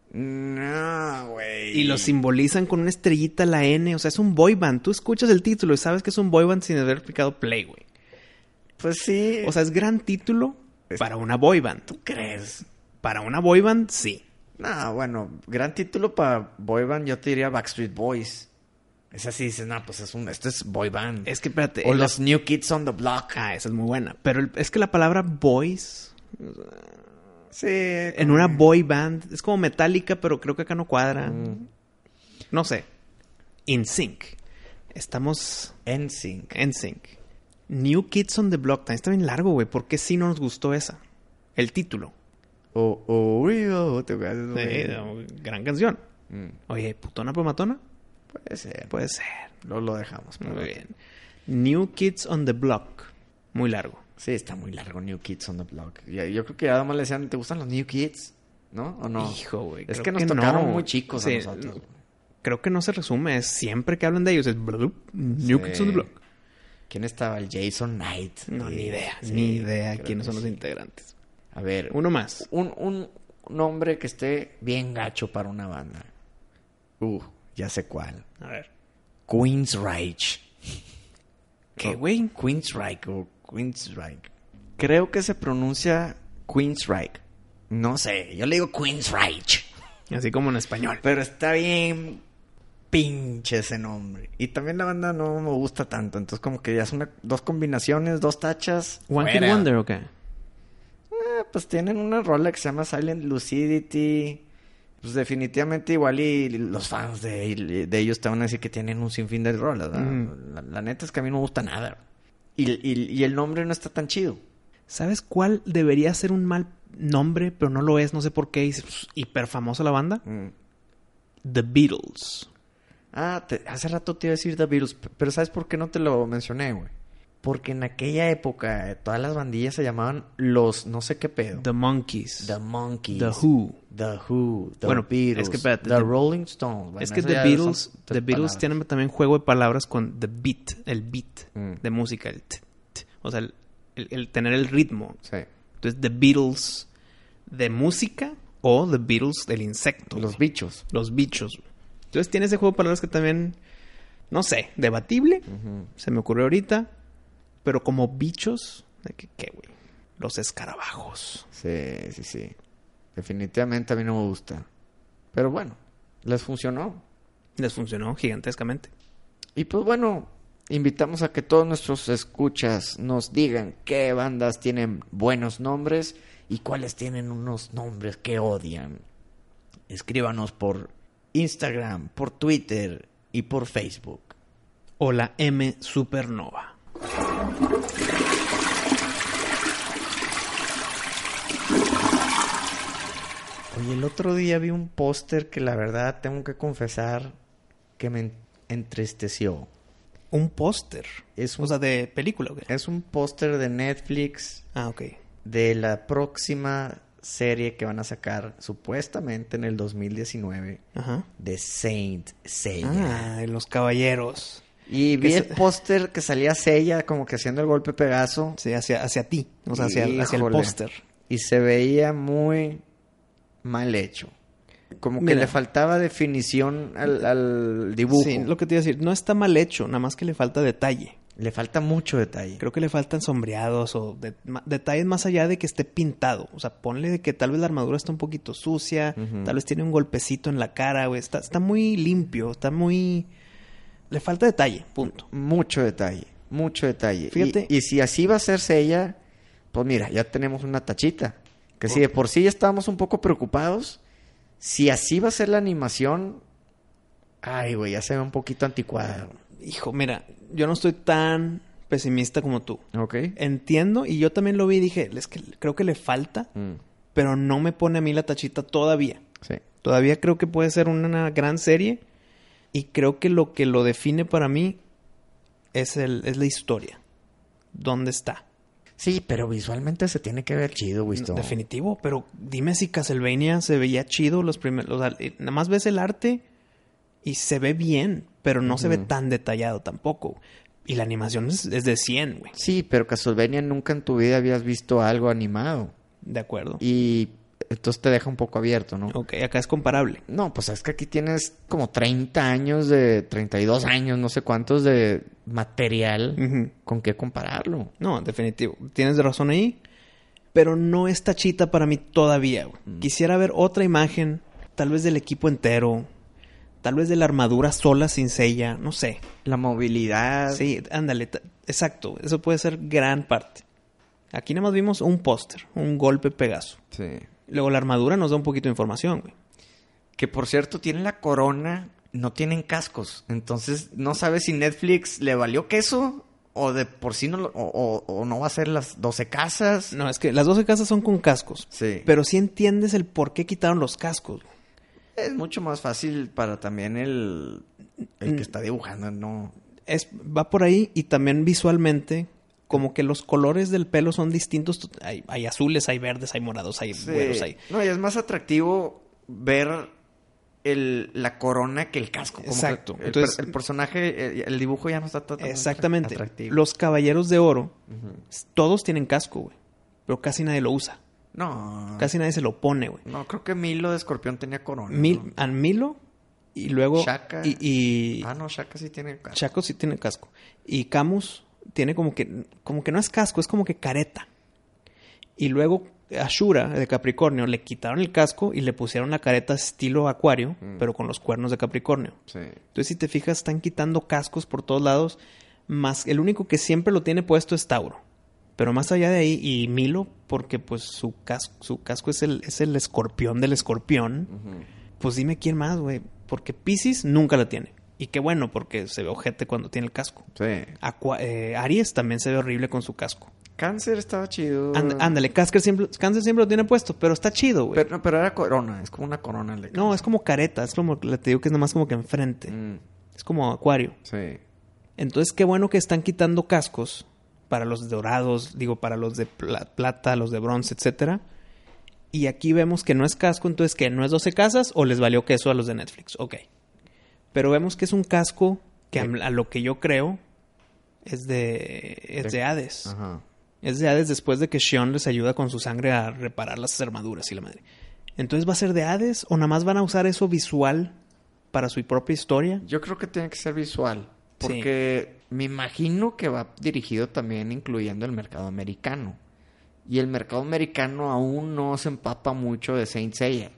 No, güey. Y lo simbolizan con una estrellita la N. O sea, es un boy band. Tú escuchas el título y sabes que es un boy band sin haber explicado play, güey. Pues sí. O sea, es gran título para una boy band. ¿Tú crees? Para una boy band, sí. No, bueno, gran título para boy band, yo te diría Backstreet Boys. Es así, dices, no, pues esto es boy band. Es que, espérate. O los New Kids on the Block. Ah, esa es muy buena. Pero es que la palabra boys... Sí. En una boy band. Es como Metallica, pero creo que acá no cuadra. No sé. NSYNC. Estamos... NSYNC. New Kids on the Block. También está bien largo, güey. ¿Por qué sí no nos gustó esa? El título. ¿Te acuerdas? Sí, gran canción. Oye, ¿putona por matona? Puede ser. Lo dejamos. Muy bien. New Kids on the Block. Muy largo. Sí, está muy largo New Kids on the Block. Yo creo que ya además le decían, ¿te gustan los New Kids? ¿No? ¿O no? Hijo, güey. Es que nos tocaron muy chicos a nosotros. No. Creo que no se resume. Es siempre que hablan de ellos es New Kids on the Block. ¿Quién estaba? El Jason Knight. No, ni idea. Ni idea quiénes son los integrantes. A ver. Uno más. Un nombre que esté bien gacho para una banda. Ya sé cuál. A ver. Queensryche. ¿Qué, güey? Queensryche. Creo que se pronuncia Queensryche. No sé, yo le digo Queensryche. Así como en español. Pero está bien pinche ese nombre. Y también la banda no me gusta tanto. Entonces como que ya son dos combinaciones, dos tachas. ¿One Hit Wonder o qué? Pues tienen una rola que se llama Silent Lucidity. Pues definitivamente igual y los fans de ellos te van a decir que tienen un sinfín de rolas. La neta es que a mí no me gusta nada. Y el nombre no está tan chido. ¿Sabes cuál debería ser un mal nombre, pero no lo es? No sé por qué. Es hiper famosa la banda. The Beatles. Hace rato te iba a decir The Beatles. Pero ¿sabes por qué no te lo mencioné, güey? Porque en aquella época todas las bandillas se llamaban los no sé qué pedo. The Monkees. The Monkees. The Who. The bueno, Beatles. Es que espérate, The Rolling Stones. Bueno, es que The Beatles tienen también juego de palabras con the beat. El beat de música. El o sea, el tener el ritmo. Sí. Entonces, The Beatles de música o The Beatles del insecto. Los bichos. Los bichos. Entonces, tiene ese juego de palabras que también, no sé, debatible. Se me ocurrió ahorita. Pero como bichos, ¿qué, güey? Los escarabajos. Sí. Definitivamente a mí no me gusta. Pero bueno, les funcionó. Les funcionó gigantescamente. Y pues bueno, invitamos a que todos nuestros escuchas nos digan qué bandas tienen buenos nombres y cuáles tienen unos nombres que odian. Escríbanos por Instagram, por Twitter y por Facebook. O la M Supernova. Oye, el otro día vi un póster que la verdad tengo que confesar que me entristeció. ¿Un póster? O sea, ¿de película o qué? Es un póster de Netflix. Ok. De la próxima serie que van a sacar supuestamente en el 2019. Ajá. De Saint Seiya. De los caballeros. Y vi el póster que salía Seiya como que haciendo el golpe Pegaso. Sí, hacia ti. O sea, hacia el póster. Y se veía muy mal hecho. Como que le faltaba definición al dibujo. Sí, lo que te iba a decir. No está mal hecho, nada más que le falta detalle. Le falta mucho detalle. Creo que le faltan sombreados o detalles más allá de que esté pintado. O sea, ponle de que tal vez la armadura está un poquito sucia. Tal vez tiene un golpecito en la cara, güey. Está muy limpio, está muy... Le falta detalle, punto. Mucho detalle. Fíjate. Y si así va a hacerse ella, pues mira, ya tenemos una tachita. Que si de por sí ya estábamos un poco preocupados, si así va a ser la animación, ay, güey, ya se ve un poquito anticuada. Hijo, mira, yo no estoy tan pesimista como tú. Ok. Entiendo, y yo también lo vi y dije, es que creo que le falta, pero no me pone a mí la tachita todavía. Sí. Todavía creo que puede ser una gran serie y creo que lo define para mí es la historia. ¿Dónde está? Sí, pero visualmente se tiene que ver chido, Wisto. Definitivo, pero dime si Castlevania se veía chido los primeros... O sea, nada más ves el arte y se ve bien, pero no se ve tan detallado tampoco. Y la animación es de 100, güey. Sí, pero Castlevania nunca en tu vida habías visto algo animado. De acuerdo. Y entonces te deja un poco abierto, ¿no? Ok, acá es comparable. No, pues es que aquí tienes como 30 años 32 años, no sé cuántos de material con qué compararlo. No, definitivo. Tienes razón ahí, pero no es tachita para mí todavía, güey. Quisiera ver otra imagen, tal vez del equipo entero, tal vez de la armadura sola sin sella, no sé. La movilidad. Sí, ándale, exacto. Eso puede ser gran parte. Aquí nada más vimos un póster, un golpe Pegaso. Sí. Luego la armadura nos da un poquito de información, güey. Que por cierto, tienen la corona, no tienen cascos. Entonces, no sabes si Netflix le valió queso o de por sí no, o no va a ser las 12 casas. No, es que las 12 casas son con cascos. Sí. Pero sí entiendes el por qué quitaron los cascos. Es mucho más fácil para también el que está dibujando, ¿no? Va por ahí y también visualmente... Como que los colores del pelo son distintos. Hay azules, hay verdes, hay morados, hay güeros, hay... No, y es más atractivo ver la corona que el casco. Como exacto. Que entonces, el personaje, el dibujo ya no está tan exactamente. atractivo. Los caballeros de oro, todos tienen casco, güey. Pero casi nadie lo usa. No. Casi nadie se lo pone, güey. No, creo que Milo de Escorpión tenía corona. Milo y luego... Shaka. No, Shaka sí tiene casco. Shaka sí tiene casco. Y Camus... tiene como que no es casco, es como que careta. Y luego Ashura de Capricornio le quitaron el casco y le pusieron la careta estilo Acuario, pero con los cuernos de Capricornio. Sí. Entonces, si te fijas, están quitando cascos por todos lados, más el único que siempre lo tiene puesto es Tauro. Pero más allá de ahí, y Milo, porque pues su casco es el escorpión del escorpión, pues dime quién más, güey. Porque Piscis nunca la tiene. Y qué bueno, porque se ve ojete cuando tiene el casco. Sí. Aries también se ve horrible con su casco. Cáncer estaba chido. Ándale, Cáncer siempre lo tiene puesto, pero está chido, güey. Pero era corona, es como una corona. No, es como careta, es como, te digo que es nomás como que enfrente. Es como Acuario. Sí. Entonces, qué bueno que están quitando cascos para los dorados, para los de plata, los de bronce, etcétera. Y aquí vemos que no es casco, entonces, ¿qué? ¿No es 12 casas o les valió queso a los de Netflix? Ok. Pero vemos que es un casco que a lo que yo creo es de Hades. Ajá. Es de Hades después de que Shion les ayuda con su sangre a reparar las armaduras y la madre. Entonces, ¿va a ser de Hades o nada más van a usar eso visual para su propia historia? Yo creo que tiene que ser visual. Porque me imagino que va dirigido también incluyendo el mercado americano. Y el mercado americano aún no se empapa mucho de Saint Seiya.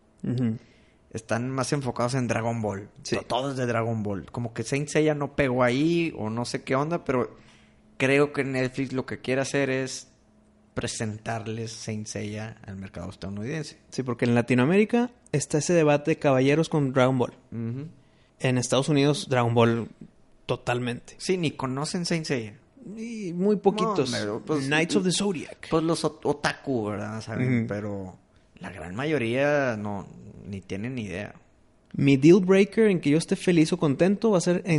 Están más enfocados en Dragon Ball. Sí. Todo es de Dragon Ball. Como que Saint Seiya no pegó ahí o no sé qué onda, pero creo que Netflix lo que quiere hacer es presentarles Saint Seiya al mercado estadounidense. Sí, porque en Latinoamérica está ese debate de caballeros con Dragon Ball. En Estados Unidos, Dragon Ball totalmente. Sí, ni conocen Saint Seiya. Y muy poquitos. No, pues, Knights of the Zodiac. Pues los otaku, ¿verdad? ¿Saben? Pero la gran mayoría no, ni tienen ni idea. Mi deal breaker en que yo esté feliz o contento va a ser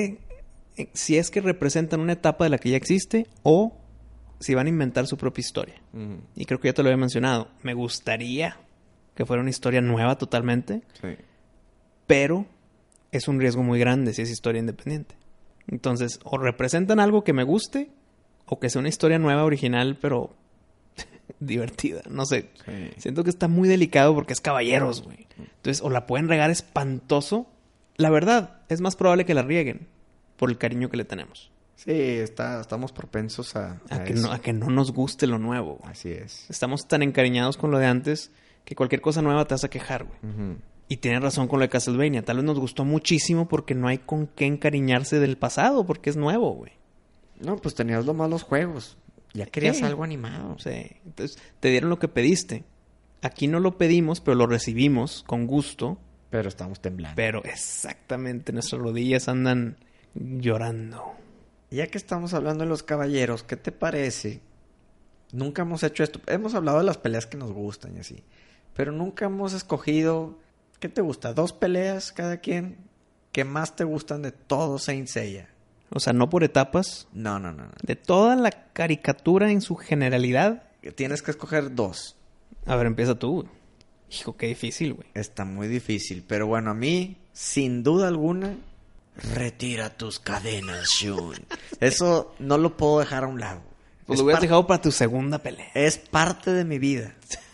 si es que representan una etapa de la que ya existe o si van a inventar su propia historia. Y creo que ya te lo había mencionado. Me gustaría que fuera una historia nueva totalmente. Sí. Pero es un riesgo muy grande si es historia independiente. Entonces, o representan algo que me guste o que sea una historia nueva, original, pero divertida. No sé. Sí. Siento que está muy delicado porque es caballeros, güey. Entonces, o la pueden regar espantoso. La verdad, es más probable que la rieguen por el cariño que le tenemos. Sí, estamos propensos a que no nos guste lo nuevo. Así es. Estamos tan encariñados con lo de antes que cualquier cosa nueva te hace quejar, güey. Y tienes razón con lo de Castlevania. Tal vez nos gustó muchísimo porque no hay con qué encariñarse del pasado, porque es nuevo, güey. No, pues tenías lo más los juegos. Ya querías algo animado. Sí. Entonces, te dieron lo que pediste. Aquí no lo pedimos, pero lo recibimos con gusto. Pero estamos temblando. Pero exactamente, nuestras rodillas andan llorando. ya que estamos hablando de los caballeros, ¿qué te parece? Nunca hemos hecho esto. Hemos hablado de las peleas que nos gustan y así. Pero nunca hemos escogido... ¿Qué te gusta? 2 peleas cada quien que más te gustan de todo Saint Seiya. O sea, no por etapas. No. De toda la caricatura en su generalidad. Tienes que escoger 2. A ver, empieza tú. Hijo, qué difícil, güey. Está muy difícil. Pero bueno, a mí, sin duda alguna... Retira tus cadenas, Shun. Eso no lo puedo dejar a un lado. Pues lo hubieras dejado para tu segunda pelea. Es parte de mi vida.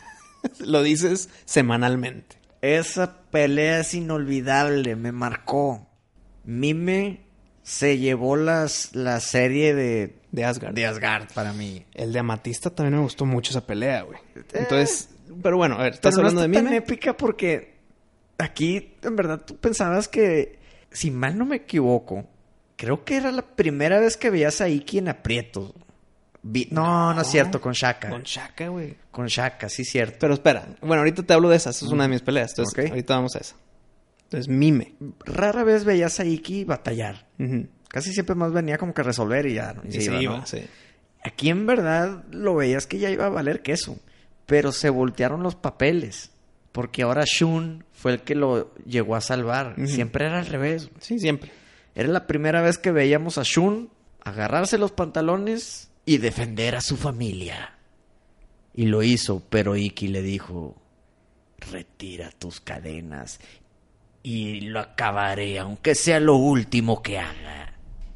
Lo dices semanalmente. Esa pelea es inolvidable, me marcó. Mime se llevó la serie de Asgard. De Asgard para mí. El de Amatista también me gustó mucho esa pelea, güey. Entonces, pero bueno, a ver, ¿estás hablando de Mime? Es tan épica porque aquí, en verdad, tú pensabas que, si mal no me equivoco, creo que era la primera vez que veías a Iki en aprietos. No es cierto, con Shaka. Con Shaka, güey. Con Shaka, sí, cierto. Pero espera, bueno, ahorita te hablo de esa. Esa es una de mis peleas. Entonces, okay. Ahorita vamos a esa. Entonces, Mime. Rara vez veías a Iki batallar. Casi siempre más venía como que a resolver y ya. Y se iba, ¿no? Sí. Aquí en verdad lo veías que ya iba a valer queso. Pero se voltearon los papeles. Porque ahora Shun fue el que lo llegó a salvar. Siempre era al revés. Sí, siempre. Era la primera vez que veíamos a Shun agarrarse los pantalones y defender a su familia. Y lo hizo, pero Iki le dijo: retira tus cadenas y lo acabaré, aunque sea lo último que haga.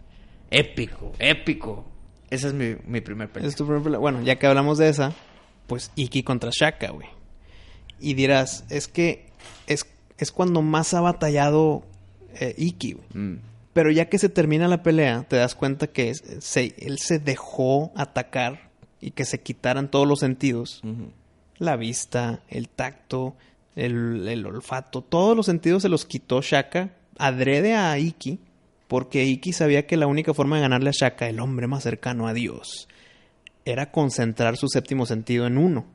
Épico. Esa es mi primer pelea. Es tu primer pelea. Bueno, ya que hablamos de esa, pues Iki contra Shaka, güey. Y dirás, es que es cuando más ha batallado Iki, güey. Pero ya que se termina la pelea, te das cuenta que él se dejó atacar y que se quitaran todos los sentidos. La vista, el tacto, el olfato, todos los sentidos se los quitó Shaka adrede a Iki, porque Iki sabía que la única forma de ganarle a Shaka, el hombre más cercano a Dios, era concentrar su séptimo sentido en uno.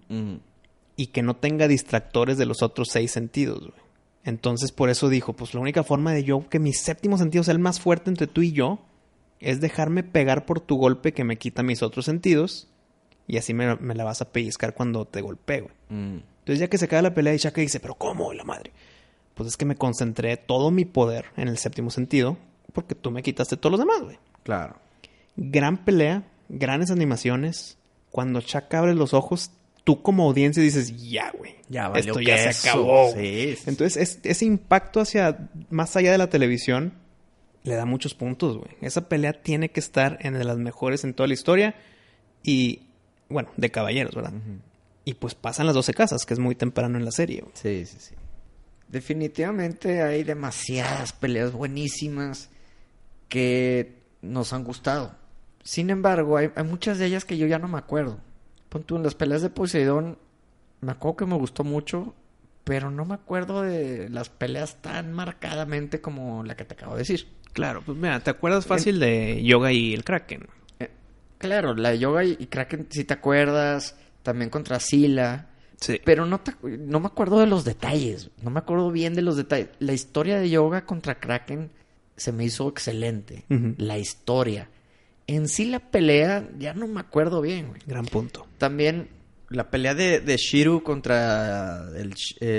Y que no tenga distractores de los otros 6 sentidos, güey. Entonces, por eso dijo, pues la única forma de que mi séptimo sentido sea el más fuerte entre tú y yo es dejarme pegar por tu golpe que me quita mis otros sentidos y así me la vas a pellizcar cuando te golpee, güey. Entonces, ya que se acaba la pelea y Shaka dice, ¿pero cómo, la madre? Pues es que me concentré todo mi poder en el séptimo sentido porque tú me quitaste todos los demás, güey. Claro. Gran pelea, grandes animaciones. Cuando Shaka abre los ojos, tú como audiencia dices, ya, güey. Ya valió, esto ya se acabó. Sí. Entonces, ese impacto hacia más allá de la televisión le da muchos puntos, güey. Esa pelea tiene que estar en de las mejores en toda la historia. Y, bueno, de caballeros, ¿verdad? Y pues pasan las 12 casas, que es muy temprano en la serie, güey. Sí. Definitivamente hay demasiadas peleas buenísimas que nos han gustado. Sin embargo, hay muchas de ellas que yo ya no me acuerdo. Pon tú, en las peleas de Poseidón, me acuerdo que me gustó mucho, pero no me acuerdo de las peleas tan marcadamente como la que te acabo de decir. Claro, pues mira, ¿te acuerdas fácil de Yoga y el Kraken? Claro, la de Yoga y Kraken sí te acuerdas, también contra Scylla. Sí. Pero no me acuerdo de los detalles, no me acuerdo bien de los detalles. La historia de Yoga contra Kraken se me hizo excelente. La historia. En sí la pelea ya no me acuerdo bien, güey. Gran punto. También la pelea de Shiryu contra el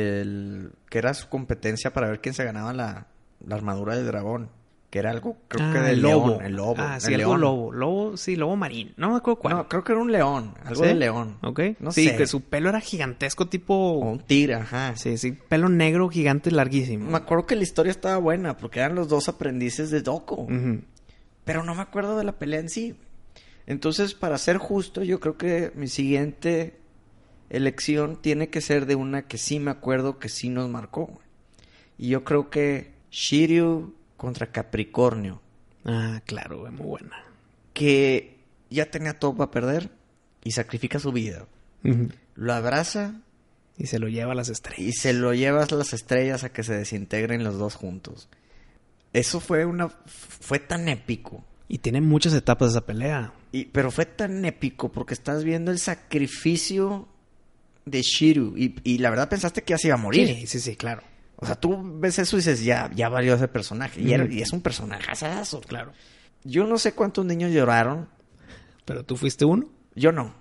que era su competencia para ver quién se ganaba la armadura del dragón. Que era algo, creo que del lobo. león. El lobo. Ah, sí, algo lobo. Lobo, sí, lobo marín. No me acuerdo cuál. No, creo que era un león. Algo de león. Ok. No sí, sé. que su pelo era gigantesco, tipo... O un tigre, ajá. Sí, pelo negro gigante larguísimo. Me acuerdo que la historia estaba buena porque eran los 2 aprendices de Doko. Pero no me acuerdo de la pelea en sí. Entonces, para ser justo, yo creo que mi siguiente elección tiene que ser de una que sí me acuerdo que sí nos marcó. Y yo creo que Shiryu contra Capricornio. Ah, claro, güey, muy buena. Que ya tenía todo para perder y sacrifica su vida. Lo abraza y se lo lleva a las estrellas. Y se lo lleva a las estrellas a que se desintegren los dos juntos. Eso fue tan épico. Y tiene muchas etapas esa pelea. Pero fue tan épico porque estás viendo el sacrificio de Shiryu. Y la verdad pensaste que ya se iba a morir. Sí, claro. O sea, tú ves eso y dices, ya valió ese personaje. Y es un personajazo, claro. Yo no sé cuántos niños lloraron. ¿Pero tú fuiste uno? Yo no.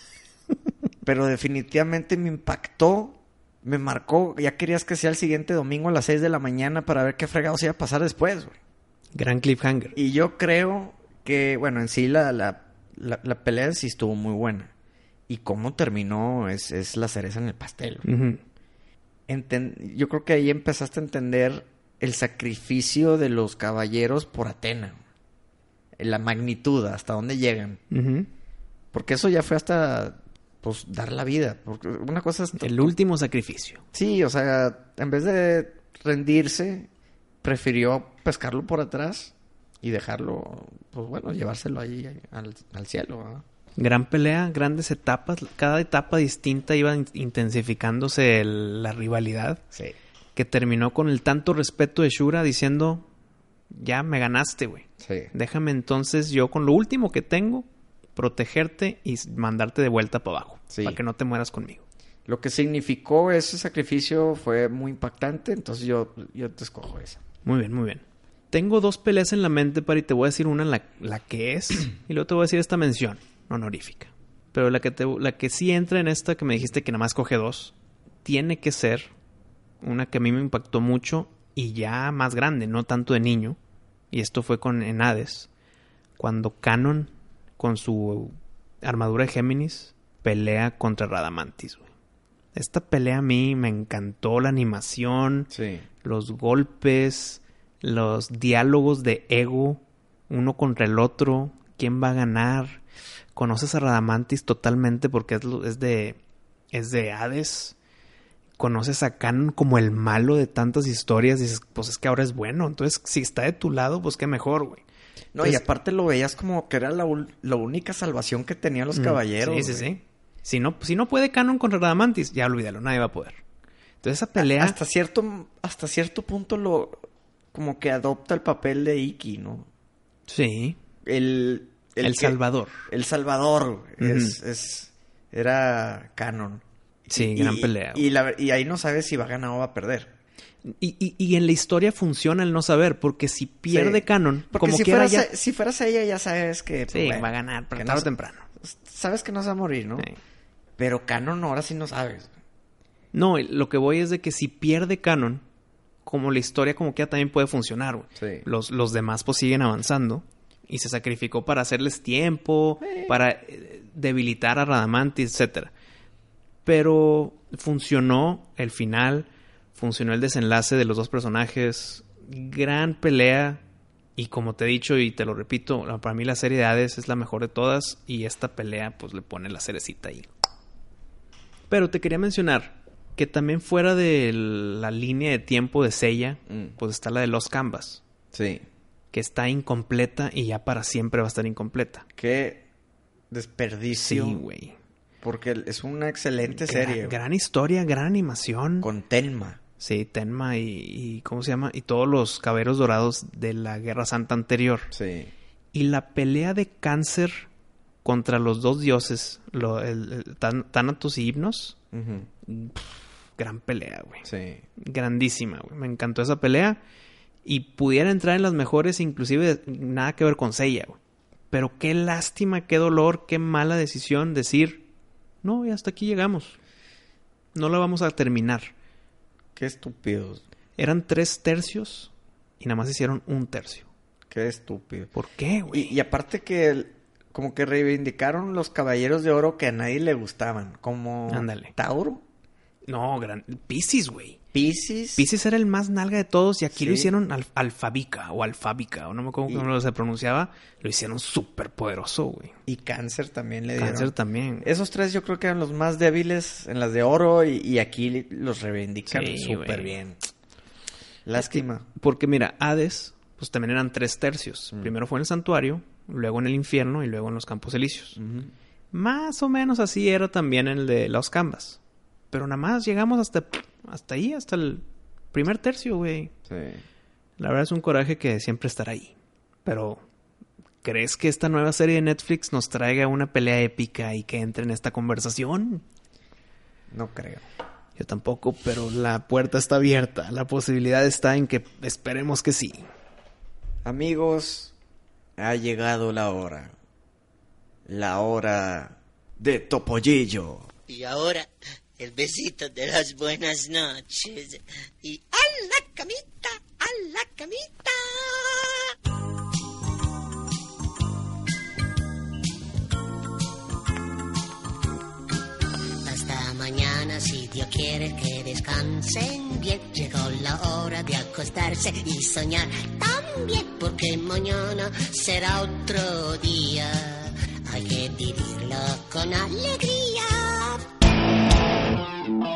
Pero definitivamente me impactó, me marcó. Ya querías que sea el siguiente domingo a las 6 de la mañana para ver qué fregados iba a pasar después, güey. Gran cliffhanger. Y yo creo que, bueno, en sí la pelea sí estuvo muy buena. Y cómo terminó es la cereza en el pastel. Uh-huh. Yo creo que ahí empezaste a entender el sacrificio de los caballeros por Atena. La magnitud, hasta dónde llegan. Uh-huh. Porque eso ya fue hasta, pues, dar la vida. Porque una cosa es... El último sacrificio. Sí, o sea, en vez de rendirse, prefirió pescarlo por atrás y dejarlo, pues bueno, llevárselo ahí al cielo, ¿verdad? Gran pelea, grandes etapas. Cada etapa distinta iba intensificándose la rivalidad. Sí. Que terminó con el tanto respeto de Shura diciendo... Ya me ganaste, güey. Sí. Déjame entonces yo con lo último que tengo... protegerte y mandarte de vuelta para abajo. Sí. Para que no te mueras conmigo. Lo que significó ese sacrificio fue muy impactante. Entonces yo te escojo esa. Muy bien, muy bien. Tengo 2 peleas en la mente, Pari. Te voy a decir una, la que es. Y luego te voy a decir esta mención honorífica. Pero la que sí entra en esta que me dijiste que nada más coge 2. Tiene que ser una que a mí me impactó mucho. Y ya más grande, no tanto de niño. Y esto fue en Hades. Cuando Canon... con su armadura de Géminis, pelea contra Radamantis, güey. Esta pelea a mí me encantó, la animación, sí, los golpes, los diálogos de ego, uno contra el otro, quién va a ganar. Conoces a Radamantis totalmente porque es de Hades. Conoces a Canon como el malo de tantas historias y dices, pues es que ahora es bueno. Entonces, si está de tu lado, pues qué mejor, güey. No, entonces, y aparte lo veías como que era la única salvación que tenían los caballeros. Sí, sí, sí. Si no puede Canon contra Radamantis, ya olvídalo, nadie va a poder. Entonces esa pelea... Hasta cierto punto como que adopta el papel de Iki, ¿no? Sí. El Salvador. El Salvador. Uh-huh. Era Canon. Sí, gran pelea. Y ahí no sabes si va a ganar o va a perder. Y en la historia funciona el no saber, porque si pierde Canon, porque como si fueras ella ya sabes que... Sí, pues, bueno, va a ganar, pero tarde o temprano. Sabes que no se va a morir, ¿no? Sí. Pero Canon ahora sí no sabes. No, lo que voy es de que si pierde Canon, como la historia como que ya también puede funcionar, güey. Sí. Los demás pues siguen avanzando. Y se sacrificó para hacerles tiempo, para debilitar a Radamantis, etcétera. Pero funcionó el final... Funcionó el desenlace de los 2 personajes. Gran pelea. Y como te he dicho y te lo repito, para mí la serie de Hades es la mejor de todas. Y esta pelea pues le pone la cerecita ahí. Pero te quería mencionar que también fuera de la línea de tiempo de Seiya, pues está la de Lost Canvas. Sí. Que está incompleta y ya para siempre va a estar incompleta. Qué desperdicio. Sí, güey. Porque es una excelente serie. Gran historia, gran animación. Con Tenma. Sí, Tenma y ¿cómo se llama? Y todos los caballeros dorados de la Guerra Santa anterior. Sí. Y la pelea de Cáncer contra los 2 dioses, Thanatos y Hypnos. Uh-huh. Gran pelea, güey. Sí. Grandísima, güey. Me encantó esa pelea. Y pudiera entrar en las mejores, inclusive nada que ver con Seiya, güey. Pero qué lástima, qué dolor, qué mala decisión decir, no, y hasta aquí llegamos. No la vamos a terminar. Qué estúpidos. Eran 3 tercios y nada más hicieron 1 tercio. Qué estúpido. ¿Por qué, güey? Y aparte que como que reivindicaron los caballeros de oro que a nadie le gustaban. Como... Ándale. ¿Tauro? No, Piscis, güey. Piscis era el más nalga de todos y aquí lo hicieron alfábica, o no me acuerdo cómo se pronunciaba. Lo hicieron súper poderoso, güey. Y Cáncer también le dieron. Cáncer también. Esos 3 yo creo que eran los más débiles en las de oro y aquí los reivindican súper bien. Lástima. Porque mira, Hades, pues también eran 3 tercios. Primero fue en el santuario, luego en el infierno y luego en los campos elíseos. Uh-huh. Más o menos así era también el de Lost Canvas. Pero nada más llegamos hasta ahí, hasta el primer tercio, güey. Sí. La verdad es un coraje que siempre estará ahí. Pero, ¿crees que esta nueva serie de Netflix nos traiga una pelea épica y que entre en esta conversación? No creo. Yo tampoco, pero la puerta está abierta. La posibilidad está en que esperemos que sí. Amigos, ha llegado la hora. La hora de Topollillo. Y ahora, el besito de las buenas noches. Y a la camita, a la camita. Hasta mañana, si Dios quiere que descansen bien. Llegó la hora de acostarse y soñar también, porque mañana será otro día. Hay que vivirlo con alegría.